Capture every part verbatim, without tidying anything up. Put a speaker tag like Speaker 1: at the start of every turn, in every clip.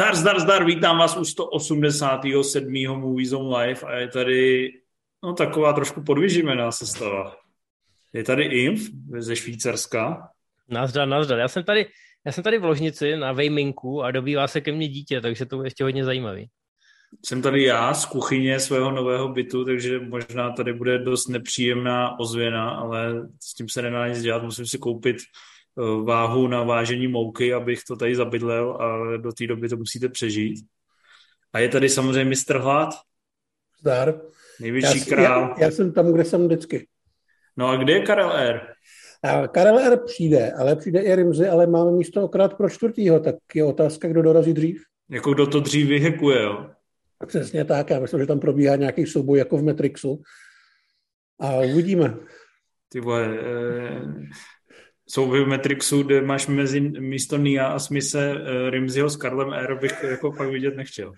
Speaker 1: Zdar, zdar, zdar, vítám vás u sto osmdesátého sedmého Movie Zone Live a je tady no, taková trošku podvyživená sestava. Je tady Inf ze Švýcarska.
Speaker 2: Nazdar, nazdar. Já jsem tady, já jsem tady v ložnici na vejminku a dobývá se ke mně dítě, takže to je ještě hodně zajímavý.
Speaker 1: Jsem tady já z kuchyně svého nového bytu, takže možná tady bude dost nepříjemná ozvěna, ale s tím se nedá nic dělat. Musím si koupit váhu na vážení mouky, abych to tady zabydlel a do té doby to musíte přežít. A je tady samozřejmě mistr Hlad.
Speaker 3: Zdar.
Speaker 1: Největší
Speaker 3: já,
Speaker 1: král.
Speaker 3: Já, já jsem tam, kde jsem vždycky.
Speaker 1: No a kde je Karel R?
Speaker 3: A Karel R přijde, ale přijde i Rimzy, ale máme místo akorát pro čtvrtýho, tak je otázka, kdo dorazí dřív.
Speaker 1: Jako kdo to dřív vyhekuje, jo?
Speaker 3: Přesně tak, já myslím, že tam probíhá nějaký souboj jako v Matrixu. A uvidíme.
Speaker 1: Ty vole, eh, souboj v Matrixu, kde máš mezi místo Nia a Smise eh, Rimzyho s Karlem R, bych jako fakt vidět nechtěl.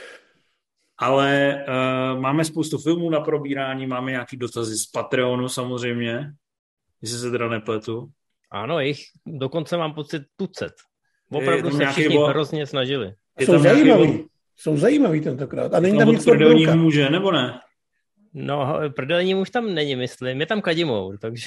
Speaker 1: Ale uh, máme spoustu filmů na probírání, máme nějaký dotazy z Patreonu samozřejmě, jestli se teda nepletu.
Speaker 2: Ano, jich dokonce mám pocit tucet. Opravdu se
Speaker 1: nějaký,
Speaker 2: všichni
Speaker 1: bo...
Speaker 2: hrozně snažili.
Speaker 3: Jsou zajímavý, nějaký... jsou zajímavý tentokrát. A není tam nic
Speaker 1: prdelní muže, nebo ne?
Speaker 2: No, prdelní muž tam není, myslím. Je tam Kadimour, takže...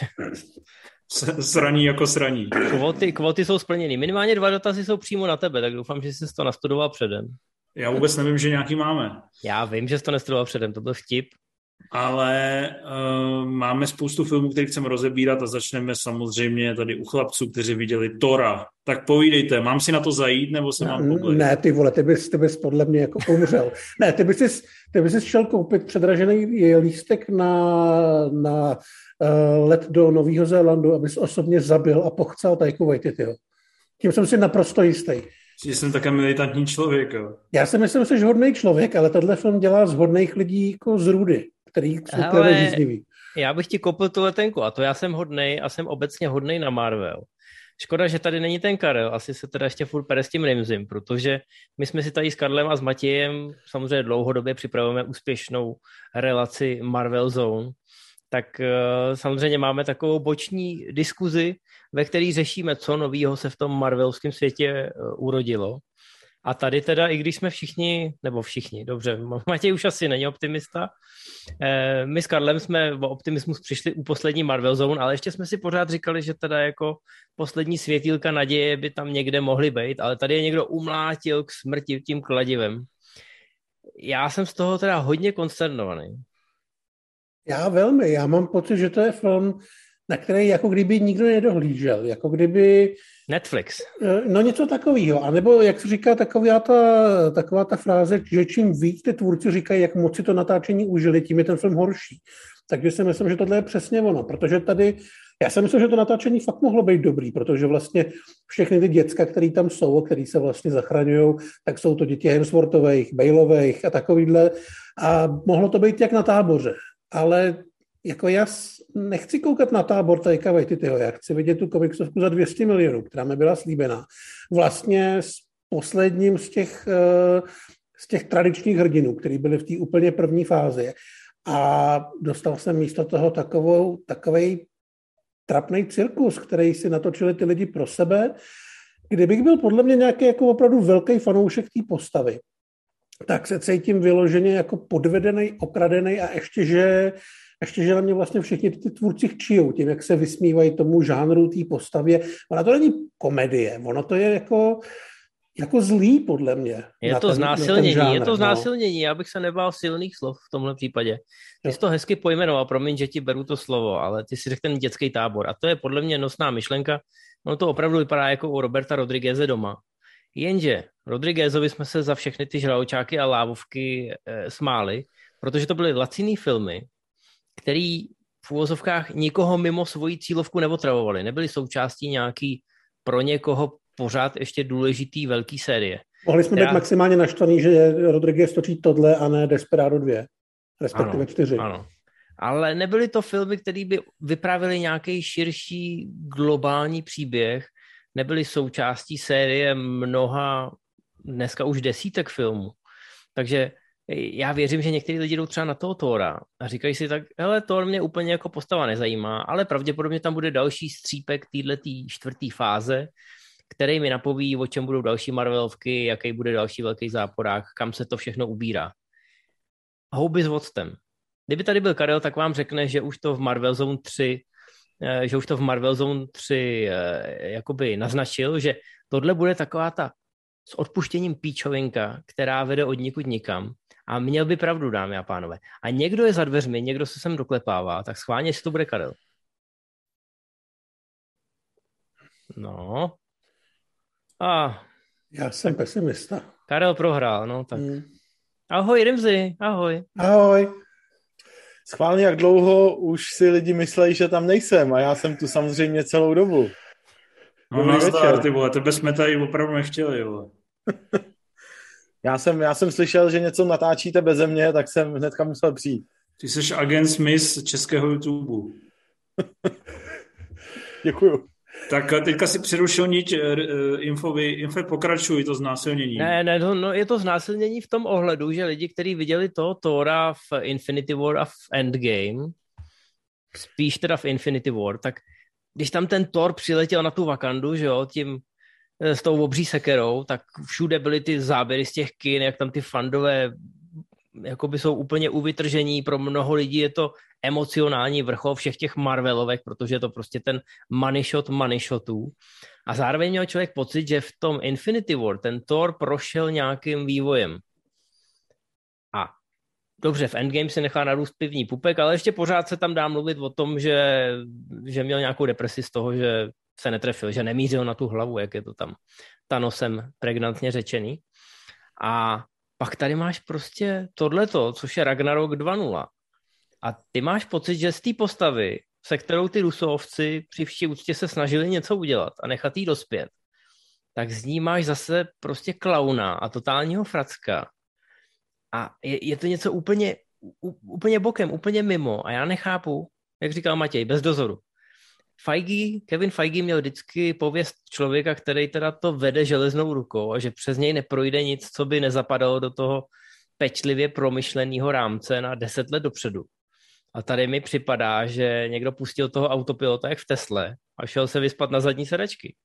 Speaker 1: Sraní jako sraní.
Speaker 2: Kvoty, kvoty jsou splněny. Minimálně dva dotazy jsou přímo na tebe, tak doufám, že jsi to nastudoval předem.
Speaker 1: Já vůbec nevím, že nějaký máme.
Speaker 2: Já vím, že jsi to nestudoval předem, to byl vtip.
Speaker 1: Ale uh, máme spoustu filmů, které chceme rozebírat a začneme samozřejmě tady u chlapců, kteří viděli Tora. Tak povídejte, mám si na to zajít, nebo se mám poblit?
Speaker 3: Ne, ty vole, ty bys, ty bys podle mě jako umřel. Ne, ty bys, si, ty bys si šel koupit předražený lístek na, na uh, let do Nového Zélandu, abys osobně zabil a pochcel Taiku Waititiho. Tím jsem si naprosto jistý.
Speaker 1: Že jsem také militantní člověk, jo.
Speaker 3: Já si myslím, že jsi hodnej člověk, ale tenhle film dělá z hodných lidí jako z rudy, který jsou televízniví.
Speaker 2: Já bych ti koupil tu letenku a to já jsem hodnej a jsem obecně hodnej na Marvel. Škoda, že tady není ten Karel, asi se teda ještě furt pere s tím Rimzym, protože my jsme si tady s Karlem a s Matějem samozřejmě dlouhodobě připravujeme úspěšnou relaci Marvel Zone, tak uh, samozřejmě máme takovou boční diskuzi, ve který řešíme, co novýho se v tom marvelském světě uh, urodilo. A tady teda, i když jsme všichni, nebo všichni, dobře, Matěj už asi není optimista, eh, my s Karlem jsme o optimismus přišli u poslední Marvel Zone, ale ještě jsme si pořád říkali, že teda jako poslední světýlka naděje by tam někde mohly být, ale tady je někdo umlátil k smrti tím kladivem. Já jsem z toho teda hodně konsternovaný.
Speaker 3: Já velmi, já mám pocit, že to je film, na který jako kdyby nikdo nedohlížel, jako kdyby...
Speaker 2: Netflix.
Speaker 3: No něco takového, anebo jak se říká taková ta, taková ta fráze, že čím víc ty tvůrci říkají, jak moc si to natáčení užili, tím je ten film horší. Takže si myslím, že tohle je přesně ono, protože tady, já si myslím, že to natáčení fakt mohlo být dobrý, protože vlastně všechny ty děcka, které tam jsou, který se vlastně zachraňují, tak jsou to děti Hemsworthových, Baleových a takovýhle a mohlo to být jak na Táboře, ale jako já nechci koukat na Tábor Taika Waititiho, já chci vidět tu komiksovku za dvě stě milionů, která mi byla slíbená. Vlastně s posledním z těch, z těch tradičních hrdinů, který byli v té úplně první fázi. A dostal jsem místo toho takovou, takovej trapnej cirkus, který si natočili ty lidi pro sebe. Kdybych byl podle mě nějaký jako opravdu velký fanoušek té postavy, tak se cítím vyloženě jako podvedený, okradený a ještě, že Ještě, že na mě vlastně všichni ty tvůrci chčijou tím, jak se vysmívají tomu žánru, té postavě. Ona to není komedie, ono to je jako, jako zlý, podle mě.
Speaker 2: Je to ten, znásilnění, žánr, je to znásilnění, no. Já bych se nebál silných slov v tomhle případě. Ty jsi to hezky pojmenoval, promiň, že ti beru to slovo, ale ty si řekl ten dětský tábor. A to je podle mě nosná myšlenka. Ono to opravdu vypadá jako u Roberta Rodrigueze doma. Jenže Rodriguezovi jsme se za všechny ty žraločáky a lávovky e, smáli, protože to byly laciný filmy, který v uvozovkách nikoho mimo svoji cílovku neotravovali. Nebyli součástí nějaký pro někoho pořád ještě důležitý velký série.
Speaker 3: Mohli jsme která... být maximálně naštvaný, že Rodriguez točí tohle a ne Desperado dva, respektive
Speaker 2: ano,
Speaker 3: čtyři.
Speaker 2: Ano. Ale nebyly to filmy, které by vyprávěly nějaký širší globální příběh, nebyly součástí série mnoha, dneska už desítek filmů. Takže já věřím, že někteří lidi jdou třeba na toho Thora a říkají si tak, hele, Thor mě úplně jako postava nezajímá, ale pravděpodobně tam bude další střípek téhletý čtvrtý fáze který mi napoví, o čem budou další Marvelovky, jaký bude další velký záporák, kam se to všechno ubírá. Houby s octem. Kdyby tady byl Karel, tak vám řekne, že už to v Marvel Zone tři, že už to v Marvel Zone tři jakoby naznačil, že tohle bude taková ta s odpuštěním píčovinka, která vede od nikud nikam. A měl by pravdu, dámy a pánové. A někdo je za dveřmi, někdo se sem doklepává, tak schválně, jestli to bude Karel. No. A...
Speaker 3: Já jsem tak pesimista.
Speaker 2: Karel prohrál, no tak. Hmm. Ahoj, Rimzi, ahoj.
Speaker 3: Ahoj.
Speaker 4: Schválně, jak dlouho už si lidi myslejí, že tam nejsem a já jsem tu samozřejmě celou dobu.
Speaker 1: No nazdar, ty vole, tebe jsme tady opravdu nechtěli, vole.
Speaker 4: já, jsem, já jsem slyšel, že něco natáčíte beze mě, tak jsem hnedka musel přijít.
Speaker 1: Ty jsi agent Smith z českého YouTube.
Speaker 4: Děkuju.
Speaker 1: Tak teďka si přerušil niť infovi, info pokračuj, to znásilnění.
Speaker 2: Ne, ne, no, no, je to znásilnění v tom ohledu, že lidi, kteří viděli toho Thora v Infinity War a v Endgame, spíš teda v Infinity War, tak když tam ten Thor přiletěl na tu Wakandu, že jo, tím s tou obří sekerou, tak všude byly ty záběry z těch kin, jak tam ty fandové jakoby jsou úplně uvytržení, pro mnoho lidí je to emocionální vrchol všech těch Marvelovek, protože je to prostě ten money shot money shotů. A zároveň měl člověk pocit, že v tom Infinity War ten Thor prošel nějakým vývojem. A dobře, v Endgame si nechá narůst pivní pupek, ale ještě pořád se tam dá mluvit o tom, že, že měl nějakou depresi z toho, že se netrefil, že nemířil na tu hlavu, jak je to tam Thanosem pregnantně řečený. A pak tady máš prostě tohleto, což je Ragnarok dva nula. A ty máš pocit, že z té postavy, se kterou ty Rusovci při vší úctě se snažili něco udělat a nechat jí dospět, tak z ní máš zase prostě klauna a totálního fracka. A je, je to něco úplně, úplně bokem, úplně mimo. A já nechápu, jak říkal Matěj, bez dozoru. Feige, Kevin Feige měl vždycky pověst člověka, který teda to vede železnou rukou a že přes něj neprojde nic, co by nezapadalo do toho pečlivě promyšleného rámce na deset let dopředu. A tady mi připadá, že někdo pustil toho autopilota jak v Tesle a šel se vyspat na zadní sedačky.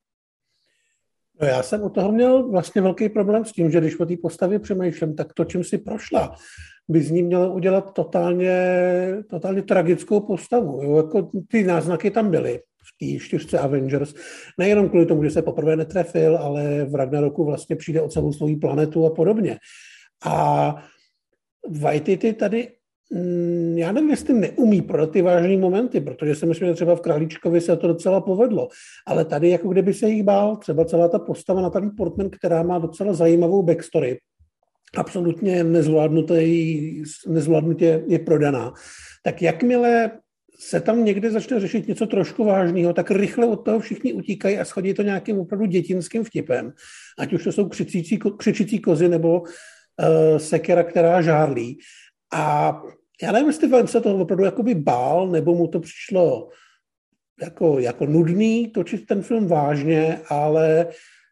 Speaker 3: No já jsem u toho měl vlastně velký problém s tím, že když o té postavě přemýšlím, tak to, čím si prošla, by z ní mělo udělat totálně, totálně tragickou postavu. Jo? Jako ty náznaky tam byly v té čtyřce Avengers. Nejenom kvůli tomu, že se poprvé netrefil, ale v Ragnaroku vlastně přijde o celou svou planetu a podobně. A Waititi tady, já nevím, jestli neumí pro ty vážné momenty, protože si myslím, že třeba v Králíčkovi se to docela povedlo, ale tady jako kdyby se jich bál, třeba celá ta postava Natalie Portman, která má docela zajímavou backstory, absolutně nezvládnutý, nezvládnutě je prodaná, tak jakmile se tam někde začne řešit něco trošku vážného, tak rychle od toho všichni utíkají a schodí to nějakým opravdu dětinským vtipem. Ať už to jsou křičící, křičící kozy nebo uh, sekera, která žárlí. A já nevím, jestli vám se toho opravdu jakoby bál, nebo mu to přišlo jako, jako nudný točit ten film vážně, ale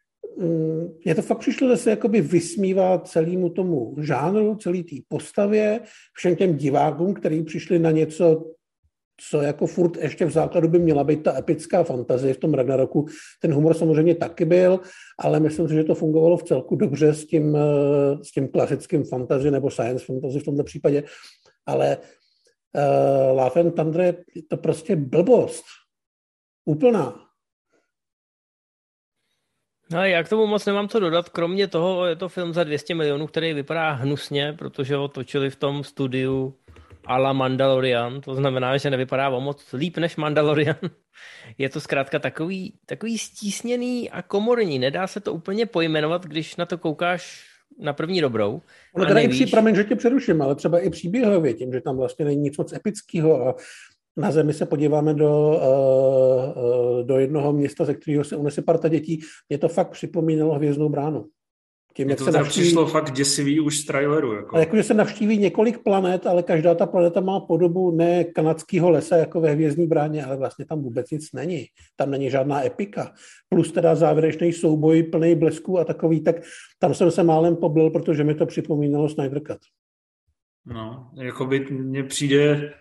Speaker 3: mně to fakt přišlo, že se jakoby vysmívá celému tomu žánru, celý té postavě, všem těm divákům, kteří přišli na něco, co jako furt ještě v základu by měla být ta epická fantazie v tom Ragnaroku. Ten humor samozřejmě taky byl, ale myslím si, že to fungovalo v celku dobře s tím, s tím klasickým fantasy nebo science fantasy v tomto případě, ale uh, Love and Thunder je to prostě blbost. Úplná.
Speaker 2: No, já k tomu moc nemám co dodat, kromě toho je to film za dvě stě milionů, který vypadá hnusně, protože ho točili v tom studiu a la Mandalorian, to znamená, že nevypadá o moc líp než Mandalorian. Je to zkrátka takový, takový stísněný a komorní, nedá se to úplně pojmenovat, když na to koukáš na první dobrou.
Speaker 3: No teda nevíš... i při, promiň, že tě přeruším, ale třeba i příběhově, tím, že tam vlastně není nic moc epického a na Zemi se podíváme do, uh, do jednoho města, ze kterého se unese parta dětí. Mě to fakt připomínalo Hvězdnou bránu.
Speaker 1: Tím, Mě to se navštíví... přišlo fakt děsivý už z traileru. Jako.
Speaker 3: Ale jakože se navštíví několik planet, ale každá ta planeta má podobu ne kanadského lesa jako ve Hvězdní bráně, ale vlastně tam vůbec nic není. Tam není žádná epika. Plus teda závěrečný souboj plný blesků a takový, tak tam jsem se málem poblil, protože mi to připomínalo Snyder Cut.
Speaker 1: No, jako by mně přijde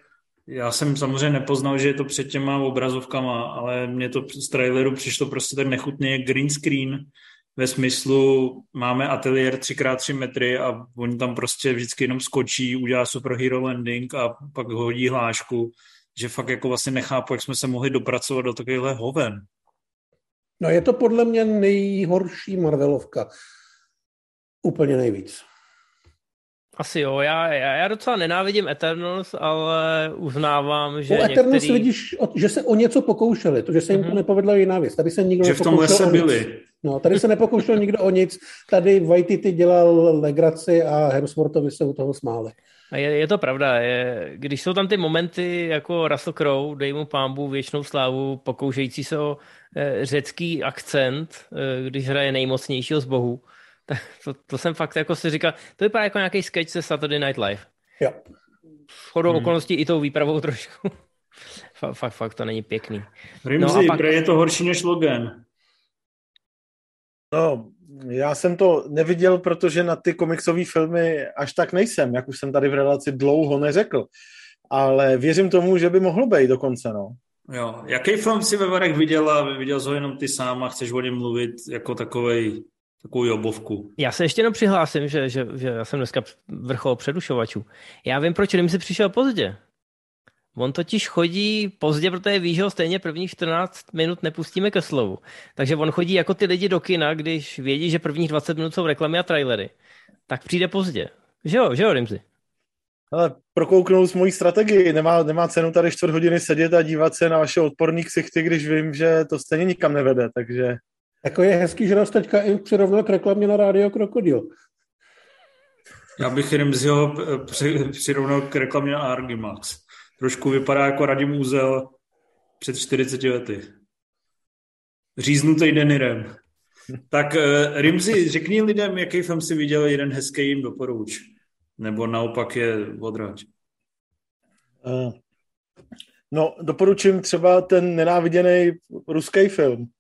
Speaker 1: Já jsem samozřejmě nepoznal, že je to před těma obrazovkama, ale mně to z traileru přišlo prostě tak nechutně green screen, ve smyslu máme ateliér tři krát tři metry a oni tam prostě vždycky jenom skočí, udělá superhero landing a pak hodí hlášku, že fakt jako vlastně nechápu, jak jsme se mohli dopracovat do takovýchhle hoven.
Speaker 3: No je to podle mě nejhorší Marvelovka. Úplně nejvíc.
Speaker 2: Asi jo, já, já, já docela nenávidím Eternals, ale uznávám, že
Speaker 3: U Eternals
Speaker 2: některý...
Speaker 3: vidíš, že se o něco pokoušeli, to, že se jim to nepovedla jiná věc. Tady se nikdo
Speaker 1: že v tom lese byli.
Speaker 3: No, tady se nepokoušel nikdo o nic. Tady Waititi dělal legraci a Hemsworthovi se u toho smáli.
Speaker 2: A je, je to pravda, je, když jsou tam ty momenty jako Russell Crowe, dej mu pánbu věčnou slávu, pokoušející se o e, řecký akcent, e, když hraje nejmocnějšího z bohů, tak to, to jsem fakt jako si říkal, to vypadá jako nějaký sketch se Saturday Night Live.
Speaker 3: Jo.
Speaker 2: Shodou
Speaker 1: hmm.
Speaker 2: okolností i tou výpravou trošku. fakt, fakt, fakt to není pěkný.
Speaker 1: Rimzi, no pak... je to horší než Logan.
Speaker 4: No, já jsem to neviděl, protože na ty komiksové filmy až tak nejsem, jak už jsem tady v relaci dlouho neřekl. Ale věřím tomu, že by mohlo být dokonce, no.
Speaker 1: Jo. Jaký film si ve Varech viděl a viděl jsi ho jenom ty sám a chceš o něm mluvit jako takovej, takovou jobovku?
Speaker 2: Já se ještě jenom přihlásím, že, že, že já jsem dneska vrchol předušovačů. Já vím, proč Rimzi přišel pozdě. On totiž chodí pozdě, protože ví, že ho stejně prvních čtrnáct minut nepustíme ke slovu. Takže on chodí jako ty lidi do kina, když vědí, že prvních dvacet minut jsou reklamy a trailery. Tak přijde pozdě. Že jo, že jo, Rimzi?
Speaker 4: Ale prokouknout mojí strategii. Nemá, nemá cenu tady čtvrt hodiny sedět a dívat se na vaše odporný ksichty, když vím, že to stejně nikam nevede, takže...
Speaker 3: Jako je hezký, že nás teďka i přirovnal k reklamě na Rádio Krokodil.
Speaker 1: Já bych Rimziho přirovnal k reklamě na Argimax. Trošku vypadá jako Radim Úzel před čtyřiceti lety. Říznutý Denirem. Tak uh, Rimzi, řekni lidem, jaký film si viděl, jeden hezký jim doporuč. Nebo naopak je odrač.
Speaker 4: Uh, no, doporučím třeba ten nenáviděný ruský film.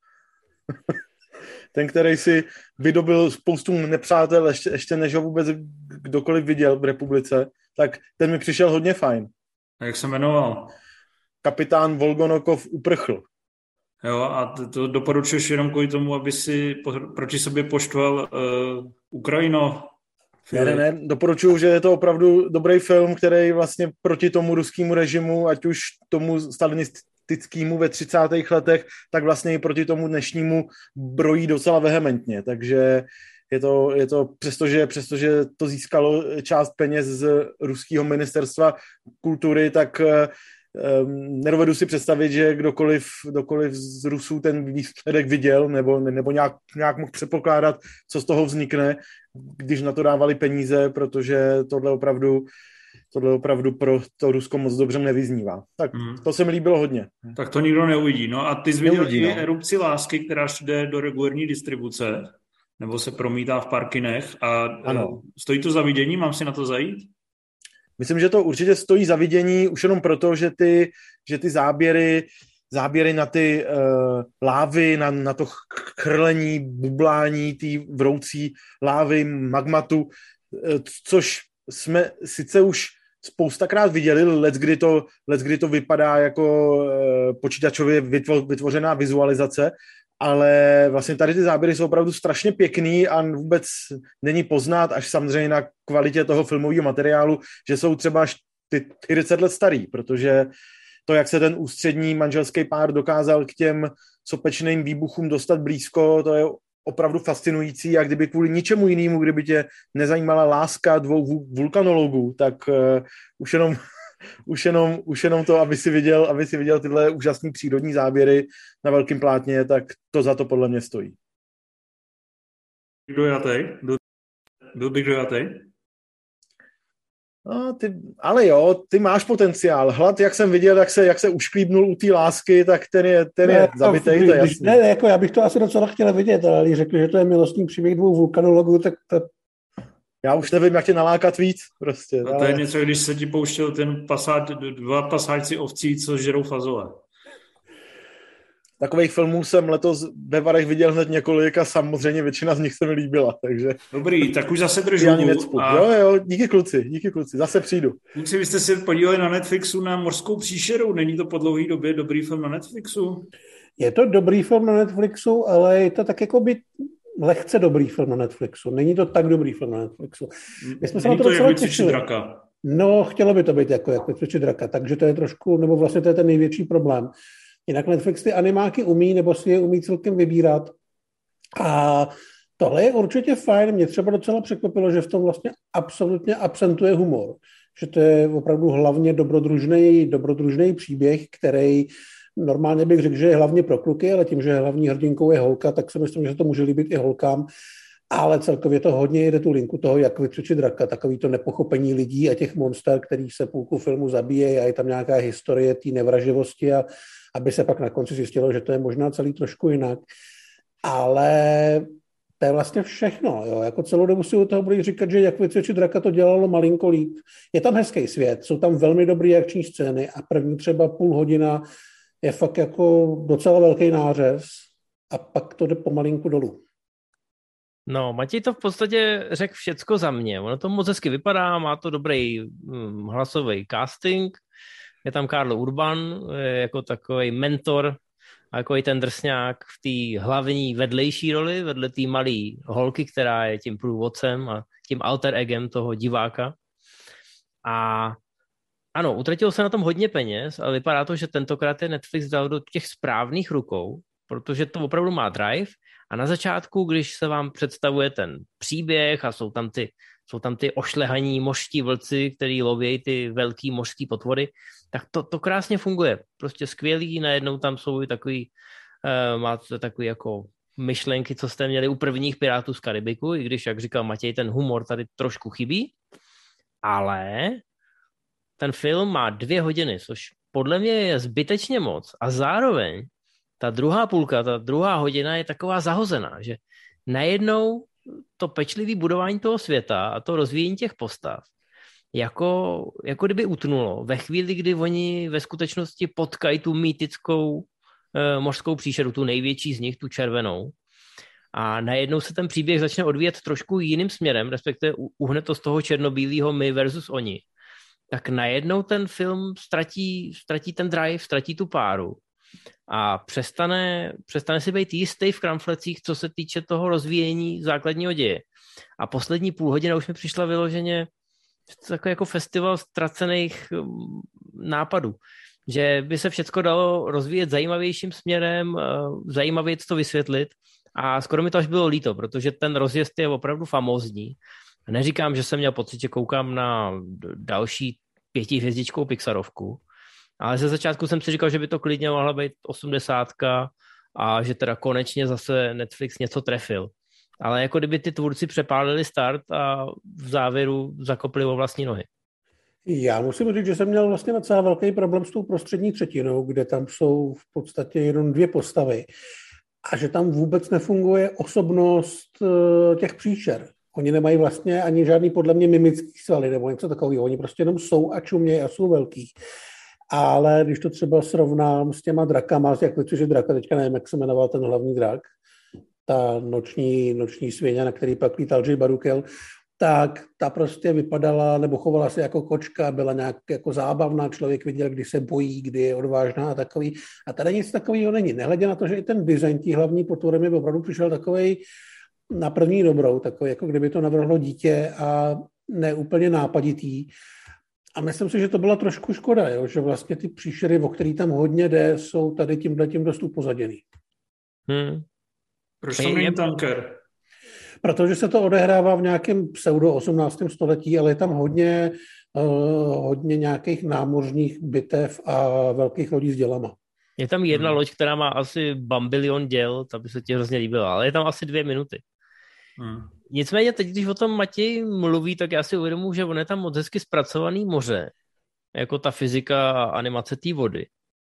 Speaker 4: Ten, který si vydobil spoustu nepřátel, ještě, ještě než ho vůbec kdokoliv viděl v republice, tak ten mi přišel hodně fajn.
Speaker 1: A jak se jmenoval?
Speaker 4: Kapitán Volgonokov uprchl.
Speaker 1: Jo, a to doporučuješ jenom kvůli tomu, aby si proti sobě poštval uh, Ukrajino?
Speaker 4: Ne, ne, ne, doporučuju, že je to opravdu dobrý film, který vlastně proti tomu ruskému režimu, ať už tomu stalinistickému ve třicátých letech, tak vlastně i proti tomu dnešnímu brojí docela vehementně. Takže je to, je to přestože, přestože to získalo část peněz z ruského ministerstva kultury, tak um, nedovedu si představit, že kdokoliv, kdokoliv z Rusů ten výsledek viděl nebo, nebo nějak, nějak mohl předpokládat, co z toho vznikne, když na to dávali peníze, protože tohle opravdu, tohle opravdu pro to Rusko moc dobře nevyznívá. Tak hmm. to se mi líbilo hodně.
Speaker 1: Tak to nikdo neuvidí. No a ty jsi viděl
Speaker 4: Neuvidí,
Speaker 1: i
Speaker 4: no.
Speaker 1: Erupci lásky, která jde do regulární distribuce, nebo se promítá v parkinech a ano. Stojí to za vidění? Mám si na to zajít?
Speaker 4: Myslím, že to určitě stojí za vidění, už jenom proto, že ty, že ty záběry, záběry na ty uh, lávy, na, na to chrlení, bublání té vroucí lávy, magmatu, uh, což jsme sice už spoustakrát viděli, leckdy to, leckdy to vypadá jako uh, počítačově vytvo, vytvořená vizualizace, ale vlastně tady ty záběry jsou opravdu strašně pěkný a vůbec není poznat, až samozřejmě na kvalitě toho filmového materiálu, že jsou třeba až ty čtyřicet let starý, protože to, jak se ten ústřední manželský pár dokázal k těm sopečným výbuchům dostat blízko, to je opravdu fascinující a kdyby kvůli ničemu jinému, kdyby tě nezajímala láska dvou vulkanologů, tak uh, už jenom Už jenom, už jenom to, aby si viděl, aby si viděl tyhle úžasné přírodní záběry na velkém plátně, tak to za to podle mě stojí.
Speaker 1: Kdo jatej? Byl, byl bych dojatej?
Speaker 4: No, ty, ale jo, ty máš potenciál. Hlad, jak jsem viděl, jak se, jak se ušklíbnul u té lásky, tak ten je, ten je zabitej, to je jasný.
Speaker 3: Ne, ne, jako já bych to asi docela chtěl vidět, ale když řekl, že to je milostný příběh dvou vulkanologů, tak to...
Speaker 4: Já už nevím, jak tě nalákat víc, prostě.
Speaker 1: A to ale... je něco, když se ti pouštěl ten pasáč, dva pasáčci ovcí, co žerou fazole.
Speaker 4: takových filmů jsem letos ve Varech viděl hned několik a samozřejmě většina z nich se mi líbila, takže...
Speaker 1: Dobrý, tak už zase držu.
Speaker 4: A... Jo, jo, díky kluci, díky kluci, zase přijdu.
Speaker 1: Kluci, vy jste se podívali na Netflixu na Mořskou příšeru, není to po dlouhé době dobrý film na Netflixu?
Speaker 3: Je to dobrý film na Netflixu, ale je to tak jako by lehce dobrý film na Netflixu. Není to tak dobrý film na Netflixu.
Speaker 1: My jsme se na to, to docela těšili. Draka.
Speaker 3: No, chtělo by to být jako jak Vycvičit draka, takže to je trošku, nebo vlastně to je ten největší problém. Jinak Netflix ty animáky umí, nebo si je umí celkem vybírat. A tohle je určitě fajn. Mě třeba docela překvapilo, že v tom vlastně absolutně absentuje humor. Že to je opravdu hlavně dobrodružný, dobrodružný příběh, který normálně bych řekl, že je hlavně pro kluky, ale tím, že hlavní hrdinkou je holka, tak si myslím, že to může líbit i holkám. Ale celkově to hodně jede tu linku toho, jak Vycvičit draka, takový to nepochopení lidí a těch monster, který se půlku filmu zabíjejí a je tam nějaká historie té nevraživosti a aby se pak na konci zjistilo, že to je možná celý trošku jinak. Ale to je vlastně všechno. Jo. Jako celou dobu si u toho budu říkat, že jak Vycvičit draka to dělalo malinko líp. Je tam hezký svět, jsou tam velmi dobré akční scény a první třeba půl hodina je fakt jako docela velký nářez a pak to jde pomalinku dolů.
Speaker 2: No, Matěj to v podstatě řekl všecko za mě. Ono to moc hezky vypadá, má to dobrý hm, hlasový casting, je tam Karl Urban je jako takový mentor a jako i ten drsňák v té hlavní vedlejší roli, vedle té malé holky, která je tím průvodcem a tím alter egem toho diváka. A ano, utratil se na tom hodně peněz, ale vypadá to, že tentokrát je Netflix dal do těch správných rukou, protože to opravdu má drive. A na začátku, když se vám představuje ten příběh a jsou tam ty, jsou tam ty ošlehaní mořští vlci, který lovějí ty velký mořský potvory, tak to, to krásně funguje. Prostě skvělý, najednou tam jsou i takový, uh, máte takový jako myšlenky, co jste měli u prvních Pirátů z Karibiku, i když, jak říkal Matěj, ten humor tady trošku chybí, ale ten film má dvě hodiny, což podle mě je zbytečně moc a zároveň ta druhá půlka, ta druhá hodina je taková zahozená, že najednou to pečlivé budování toho světa a to rozvíjení těch postav jako, jako kdyby utnulo ve chvíli, kdy oni ve skutečnosti potkají tu mýtickou e, mořskou příšeru, tu největší z nich, tu červenou. A najednou se ten příběh začne odvíjet trošku jiným směrem, respektive uhne to z toho černobílého my versus oni. Tak najednou ten film ztratí, ztratí ten drive, ztratí tu páru. A přestane, přestane si být jistý v kramflecích, co se týče toho rozvíjení základního děje. A poslední půl hodina už mi přišla vyloženě takový jako festival ztracených nápadů. Že by se všecko dalo rozvíjet zajímavějším směrem, zajímavě to vysvětlit. A skoro mi to až bylo líto, protože ten rozjezd je opravdu famózní. Neříkám, že jsem měl pocit, že koukám na další pětihvězdičkou Pixarovku, ale ze začátku jsem si říkal, že by to klidně mohla být osmdesátka a že teda konečně zase Netflix něco trefil. Ale jako kdyby ty tvůrci přepálili start a v závěru zakopli o vlastní nohy.
Speaker 3: Já musím říct, že jsem měl vlastně docela velký problém s tou prostřední třetinou, kde tam jsou v podstatě jenom dvě postavy a že tam vůbec nefunguje osobnost těch příšer. Oni nemají vlastně ani žádný podle mě mimický svaly nebo něco takového. Oni prostě jenom jsou a čumějí a jsou velký. Ale když to třeba srovnám s těma drakama, jak Vycvičit draka, teďka nevím, jak se jmenoval ten hlavní drak, ta noční, noční svěně, na který pak lítal Jay Baruchel, tak ta prostě vypadala, nebo chovala se jako kočka, byla nějak jako zábavná, člověk viděl, kdy se bojí, kdy je odvážná a takový. A tady nic takového není. Nehledě na to, že i ten design tí hlavní potvory mi opravdu přišel takovej na první dobrou, takový, jako kdyby to navrhlo dítě a neúplně nápaditý. A myslím si, že to byla trošku škoda, jo? Že vlastně ty příšery, o který tam hodně jde, jsou tady tímhletím dost upozaděný.
Speaker 2: Hmm.
Speaker 1: Proč to není tanker?
Speaker 3: Protože se to odehrává v nějakém pseudo osmnáctém století, ale je tam hodně, uh, hodně nějakých námořních bitev a velkých lodí s dělama.
Speaker 2: Je tam jedna
Speaker 1: hmm.
Speaker 2: loď, která má asi bambilion děl, ta by se ti hrozně líbila, ale je tam asi dvě minuty. Hmm. Nicméně teď, když o tom Matěj mluví, tak já si uvědomuji, že on je tam moc hezky zpracovaný moře, jako ta fyzika a animace té vody.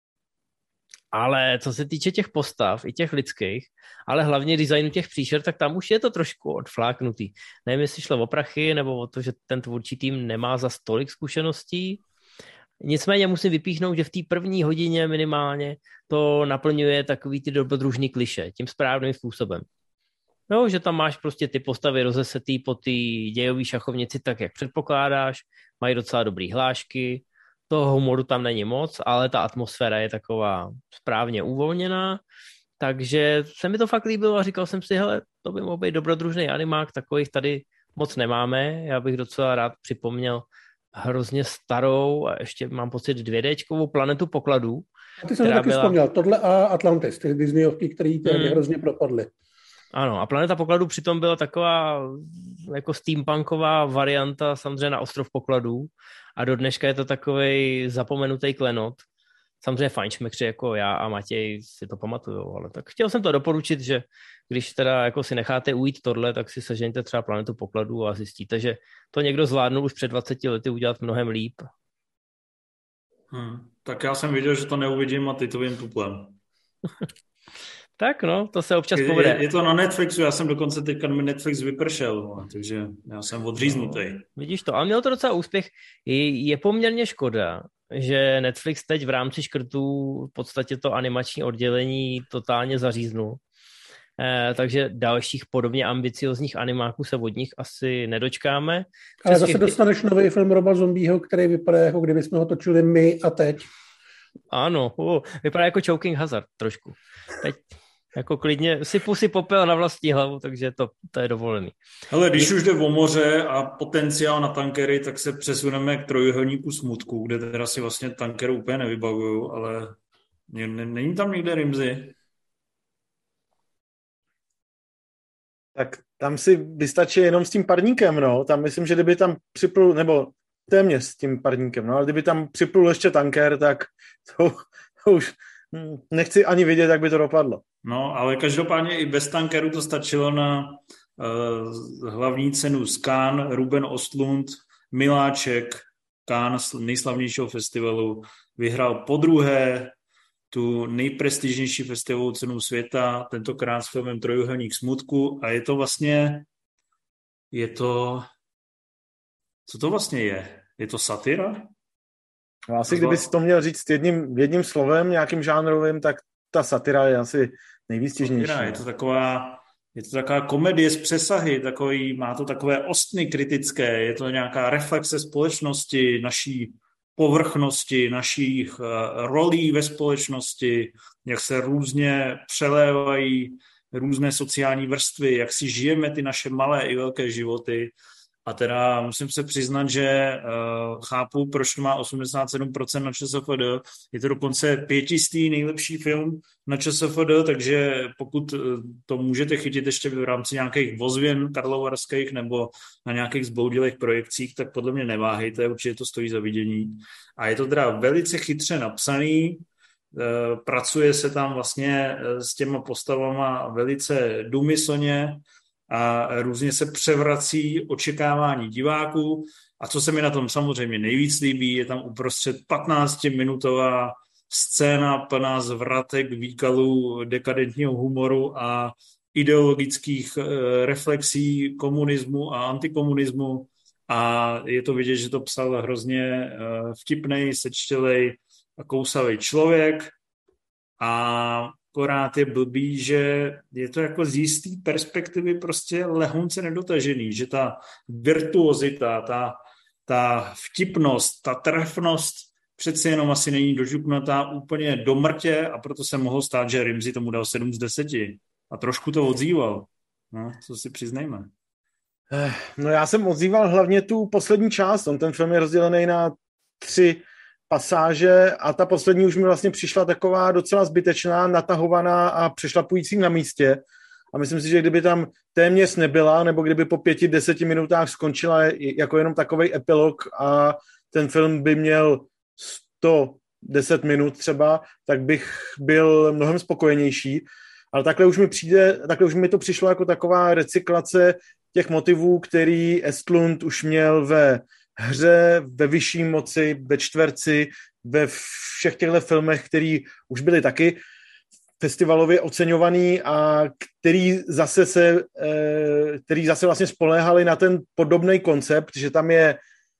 Speaker 2: Ale co se týče těch postav, i těch lidských, ale hlavně designu těch příšer, tak tam už je to trošku odfláknutý. Nevím, jestli šlo o prachy, nebo o to, že ten tvůrčí tým nemá za tolik zkušeností, Nicméně musím vypíchnout, že v té první hodině minimálně to naplňuje takový ty dobrodružný kliše tím správným způsobem. No, že tam máš prostě ty postavy rozesetý po té dějové šachovnici tak, jak předpokládáš, mají docela dobrý hlášky, toho humoru tam není moc, ale ta atmosféra je taková správně uvolněná, takže se mi to fakt líbilo a říkal jsem si, hele, to by mohl být dobrodružný animák, takových tady moc nemáme, já bych docela rád připomněl hrozně starou a ještě mám pocit dvědéčkovou Planetu pokladů.
Speaker 3: A ty jsem taky byla... vzpomněl, tohle a Atlantis, ty Disneyovky, které tady hmm. hrozně propadly.
Speaker 2: Ano, a Planeta pokladů přitom byla taková jako steampunková varianta samozřejmě na Ostrov pokladů a do dneška je to takovej zapomenutý klenot. Samozřejmě fajnšmekři jako já a Matěj si to pamatujou, ale tak chtěl jsem to doporučit, že když teda jako si necháte ujít tohle, tak si sežeňte třeba Planetu pokladů a zjistíte, že to někdo zvládnul už před dvaceti lety udělat mnohem líp.
Speaker 1: Hmm, tak já jsem viděl, že to neuvidím a ty to vím tuplem.
Speaker 2: Tak no, to se občas
Speaker 1: je,
Speaker 2: povede.
Speaker 1: Je, je to na Netflixu, já jsem dokonce teďka mi Netflix vypršel, no, takže já jsem odříznutý.
Speaker 2: No, vidíš to, ale měl to docela úspěch. Je, je poměrně škoda, že Netflix teď v rámci škrtů v podstatě to animační oddělení totálně zaříznul. Eh, takže dalších podobně ambiciozních animáků se od nich asi nedočkáme.
Speaker 3: Ale zase dostaneš nový film Roba Zombieho, který vypadá, jako kdyby jsme ho točili my a teď.
Speaker 2: Ano, uh, vypadá jako Choking Hazard trošku. Teď jako klidně sypu si popel na vlastní hlavu, takže to, to je dovolený.
Speaker 1: Ale když už jde o moře a potenciál na tankery, tak se přesuneme k Trojuhelníku smutku, kde teda si vlastně tankery úplně nevybavuju, ale není tam někde Rimsey?
Speaker 4: Tak tam si vystačí jenom s tím parníkem, no. Tam myslím, že kdyby tam připlul, nebo téměř s tím parníkem, no, ale kdyby tam připlul ještě tanker, tak to, to už nechci ani vidět, jak by to dopadlo.
Speaker 1: No, ale každopádně i bez tankeru to stačilo na uh, hlavní cenu z Cannes, Ruben Östlund, miláček Cannes, nejslavnějšího festivalu, vyhrál podruhé tu nejprestižnější festivalovou cenu světa, tentokrát s filmem Trojuhelník smutku a je to vlastně, je to, co to vlastně je? Je to satira?
Speaker 4: No asi kdyby si to měl říct jedním, jedním slovem, nějakým žánrovým, tak ta satira je asi nejvýstižnější.
Speaker 1: Satira, je to taková, je to taková komedie z přesahy, takový, má to takové ostny kritické, je to nějaká reflexe společnosti, naší povrchnosti, našich uh, rolí ve společnosti, jak se různě přelévají různé sociální vrstvy, jak si žijeme ty naše malé i velké životy. A teda musím se přiznat, že uh, chápu, proč to má osmdesát sedm procent na ČSFD. Je to dokonce pětistý nejlepší film na ČSFD, takže pokud to můžete chytit ještě v rámci nějakých vozvěn karlovarských nebo na nějakých zbloudilých projekcích, tak podle mě neváhejte, určitě to stojí za vidění. A je to teda velice chytře napsaný, uh, pracuje se tam vlastně s těma postavama velice důmyslně, a různě se převrací očekávání diváků. A co se mi na tom samozřejmě nejvíc líbí, je tam uprostřed patnáctiminutová scéna plná zvratek, výkalů, dekadentního humoru a ideologických reflexí komunismu a antikomunismu. A je to vidět, že to psal hrozně vtipnej, sečtělej a kousavý člověk. A akorát je blbý, že je to jako z jistý perspektivy prostě lehonce nedotažený, že ta virtuozita, ta, ta vtipnost, ta trefnost přeci jenom asi není dožupnatá úplně do mrtě a proto se mohlo stát, že Rimsey tomu dal sedm z deseti a trošku to odzýval. No, co si přiznejme.
Speaker 4: No já jsem odzýval hlavně tu poslední část, on ten film je rozdělený na tři pasáže a ta poslední už mi vlastně přišla taková docela zbytečná, natahovaná a přešlapující na místě. A myslím si, že kdyby tam téměř nebyla, nebo kdyby po pěti, deseti minutách skončila jako jenom takovej epilog a ten film by měl sto deset minut třeba, tak bych byl mnohem spokojenější. Ale takhle už mi přijde, takhle už mi to přišlo jako taková recyklace těch motivů, který Östlund už měl ve hře, ve vyšší moci, ve čtverci, ve všech těchto filmech, který už byly taky festivalově oceňovaný a který zase se, který zase vlastně spoléhali na ten podobný koncept, že tam je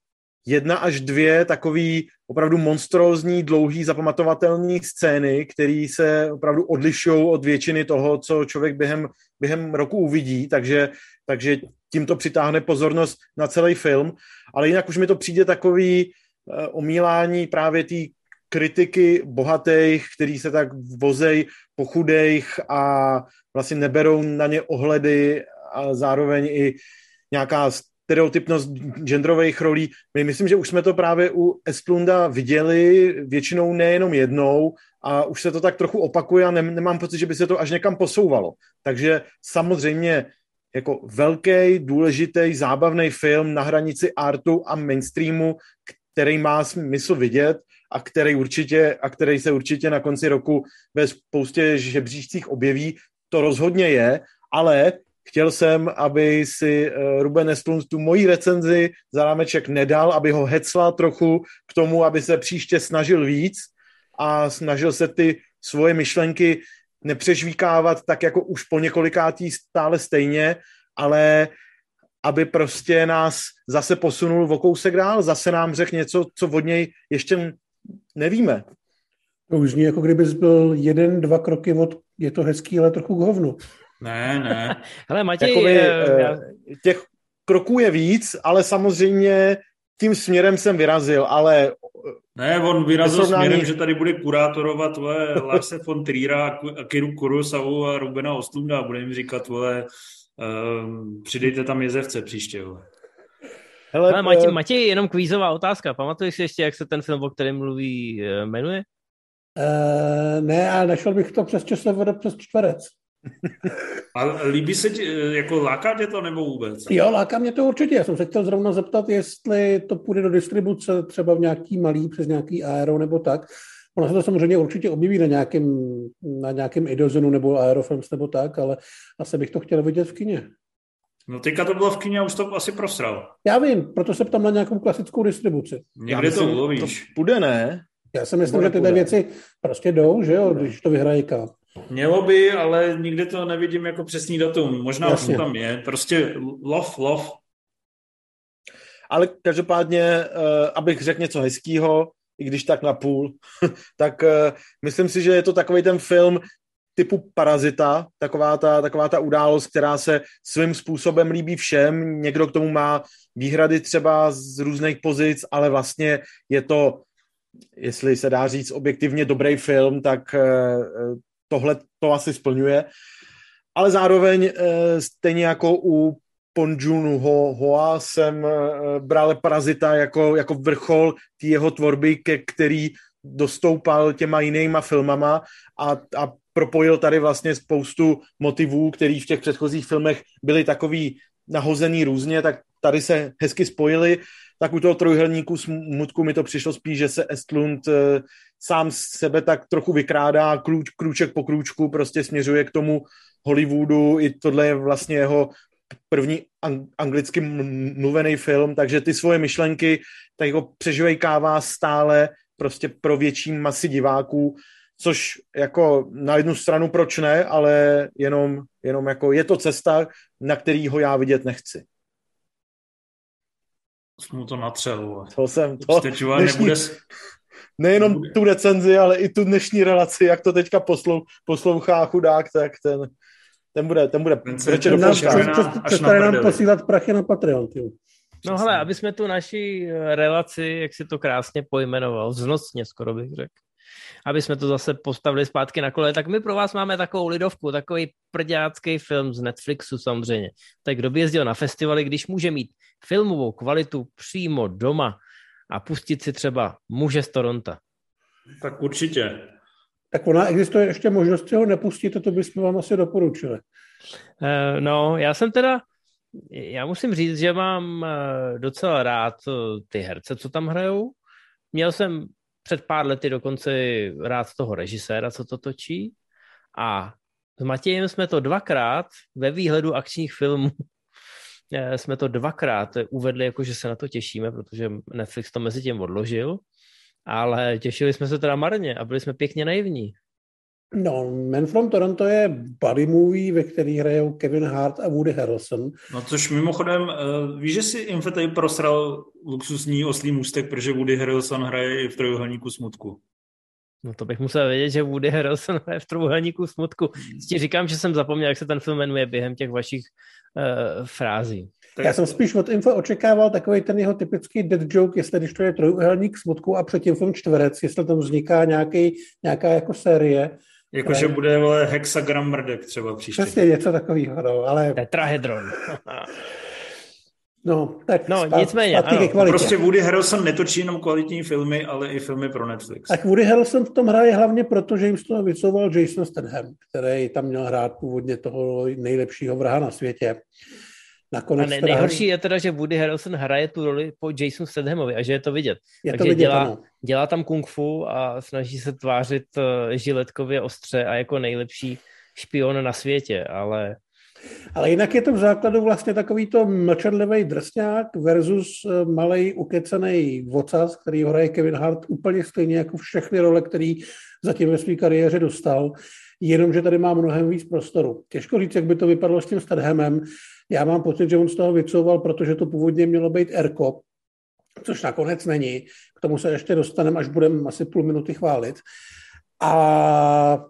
Speaker 4: jedna až dvě takový opravdu monstrózní, dlouhý, zapamatovatelný scény, které se opravdu odlišují od většiny toho, co člověk během, během roku uvidí, takže, takže tím to přitáhne pozornost na celý film, ale jinak už mi to přijde takový uh, omílání právě té kritiky bohatých, který se tak vozej po chudejch a vlastně neberou na ně ohledy a zároveň i nějaká stereotypnost genderových rolí. My myslím, že už jsme to právě u Estlunda viděli, většinou nejenom jednou a už se to tak trochu opakuje a ne, nemám pocit, že by se to až někam posouvalo. Takže samozřejmě jako velký, důležitý, zábavný film na hranici artu a mainstreamu, který má smysl vidět a který, určitě, a který se určitě na konci roku ve spoustě žebříčcích objeví, to rozhodně je, ale chtěl jsem, aby si Ruben Östlund tu moji recenzi za rámeček nedal, aby ho hecla trochu k tomu, aby se příště snažil víc a snažil se ty svoje myšlenky nepřežvíkávat tak jako už po několikátý stále stejně, ale aby prostě nás zase posunul o kousek dál, zase nám řekl něco, co od něj ještě nevíme.
Speaker 3: To už zní, jako kdybys byl jeden, dva kroky od je to hezký, ale trochu k hovnu.
Speaker 1: Ne, ne.
Speaker 2: Hele, Matěj,
Speaker 4: Jakoby,
Speaker 2: uh, já...
Speaker 4: těch kroků je víc, ale samozřejmě tím směrem jsem vyrazil, ale...
Speaker 1: Ne, on vyrazil
Speaker 4: srovnání...
Speaker 1: směrem, že tady bude kurátorovat vole, Larse von Trier'a, Akiru Kurosawu a Rubena Östlunda a bude jim říkat, vole, um, přidejte tam jezevce příště, vole.
Speaker 2: Hele, Hele Matěj, Matěj, jenom kvízová otázka. Pamatuješ si ještě, jak se ten film, o kterém mluví, jmenuje?
Speaker 3: Uh, ne, ale našel bych to přes časovod přes čtverec.
Speaker 1: A líbí se ti, jako láká tě to nebo vůbec?
Speaker 3: Jo, láká mě to určitě. Já jsem se chtěl zrovna zeptat, jestli to půjde do distribuce třeba v nějaký malý, přes nějaký Aero nebo tak. Ono se to samozřejmě určitě objeví na nějakém, na nějakém Idozenu nebo Aerofilms nebo tak, ale asi bych to chtěl vidět v kině.
Speaker 1: No teďka to bylo v kině a už to asi prosral.
Speaker 3: Já vím, proto se ptám na nějakou klasickou distribuci.
Speaker 1: Někde to ulovíš.
Speaker 4: To půjde, ne?
Speaker 3: Já si myslím, že tyhle věci prostě jdou, že jo, když to vyhraje K.
Speaker 1: Mělo by, ale nikdy to nevidím jako přesný datum. Možná už to tam je. Prostě love, love.
Speaker 4: Ale každopádně, uh, abych řekl něco hezkýho, i když tak na půl, tak uh, myslím si, že je to takový ten film typu Parazita, taková ta, taková ta událost, která se svým způsobem líbí všem. Někdo k tomu má výhrady třeba z různých pozic, ale vlastně je to, jestli se dá říct objektivně dobrý film, tak uh, tohle to asi splňuje. Ale zároveň stejně jako u Bong Joon-ho jsem bral Parazita jako, jako vrchol té jeho tvorby, ke který dostoupal těma jinýma filmama a, a propojil tady vlastně spoustu motivů, který v těch předchozích filmech byly takový nahozený různě, tak tady se hezky spojili. Tak u toho trojuhelníku smutku mi to přišlo spíš, že se Östlund sám sebe tak trochu vykrádá, klůč, krůček po krůčku prostě směřuje k tomu Hollywoodu. I tohle je vlastně jeho první ang- anglicky mluvený film, takže ty svoje myšlenky tak jako přeživejkává stále prostě pro větší masy diváků, což jako na jednu stranu proč ne, ale jenom, jenom jako je to cesta, na který ho já vidět nechci.
Speaker 1: Jsem mu to natřel.
Speaker 4: To jsem to
Speaker 1: dnešní, nebude...
Speaker 4: nejenom
Speaker 1: nebude.
Speaker 4: tu recenzi, ale i tu dnešní relaci, jak to teďka poslou, poslouchá chudák, tak ten, ten bude, ten bude
Speaker 3: řečet do podcast. Přestane nám posílat prachy na Patreon. Tě.
Speaker 2: No hele, aby jsme tu naši relaci, jak si to krásně pojmenoval, vznostně skoro bych řekl, aby jsme to zase postavili zpátky na kole, tak my pro vás máme takovou lidovku, takový prďácký film z Netflixu samozřejmě. Tak kdo by jezdil na festivaly, když může mít filmovou kvalitu přímo doma a pustit si třeba Muže z Toronta.
Speaker 1: Tak určitě.
Speaker 3: Tak ona existuje ještě možnost, že ho nepustíte, to bychom vám asi doporučili.
Speaker 2: No, já jsem teda, já musím říct, že mám docela rád ty herce, co tam hrajou. Měl jsem před pár lety dokonce rád toho režiséra, co to točí. A s Matějem jsme to dvakrát ve výhledu akčních filmů jsme to dvakrát uvedli, jako že se na to těšíme, protože Netflix to mezi tím odložil, ale těšili jsme se teda marně a byli jsme pěkně naivní.
Speaker 3: No, Man from Toronto je buddy movie, ve který hrajou Kevin Hart a Woody Harrelson.
Speaker 1: No což mimochodem, uh, víš, že si Infe tady prosral luxusní oslý můstek, protože Woody Harrelson hraje i v Trojúhelníku smutku.
Speaker 2: No to bych musel vědět, že Woody Harrelson hraje v Trojúhelníku smutku. Ti říkám, že jsem zapomněl, jak se ten film jmenuje během těch vašich uh, frází.
Speaker 3: Já jsem spíš od Info očekával takový ten jeho typický dead joke, jestli když to je Trojúhelník smutku a předtím film Čtverec, jestli tam vzniká nějaký, nějaká jako série.
Speaker 1: Jakože bude vole, hexagram mrdek třeba příště.
Speaker 3: Přesně něco takového, no, ale...
Speaker 2: Tetrahedron.
Speaker 3: no, tak
Speaker 2: no,
Speaker 3: spát,
Speaker 2: nicméně, ano.
Speaker 1: Prostě Woody Harrelson netočí jenom kvalitní filmy, ale i filmy pro Netflix.
Speaker 3: Tak Woody Harrelson v tom hraje hlavně proto, že jim z toho vycouval Jason Statham, který tam měl hrát původně toho nejlepšího vraha na světě. Nakonec
Speaker 2: a ne, nejhorší je teda, že Woody Harrelson hraje tu roli po Jasonu Stathamovi a že je to vidět.
Speaker 3: Je
Speaker 2: Takže
Speaker 3: to vidět,
Speaker 2: dělá,
Speaker 3: ano.
Speaker 2: dělá tam kung fu a snaží se tvářit uh, žiletkově ostře a jako nejlepší špion na světě, ale...
Speaker 3: Ale jinak je to v základu vlastně takový to mlčadlivý drsňák versus malej ukecenej vocas, který hraje Kevin Hart úplně stejně jako všechny role, který zatím ve své kariéře dostal, jenomže tady má mnohem víc prostoru. Těžko říct, jak by to vypadalo s tím Stathamem. Já mám pocit, že on z toho vycouval, protože to původně mělo být Erko, což nakonec není. K tomu se ještě dostaneme, až budeme asi půl minuty chválit. A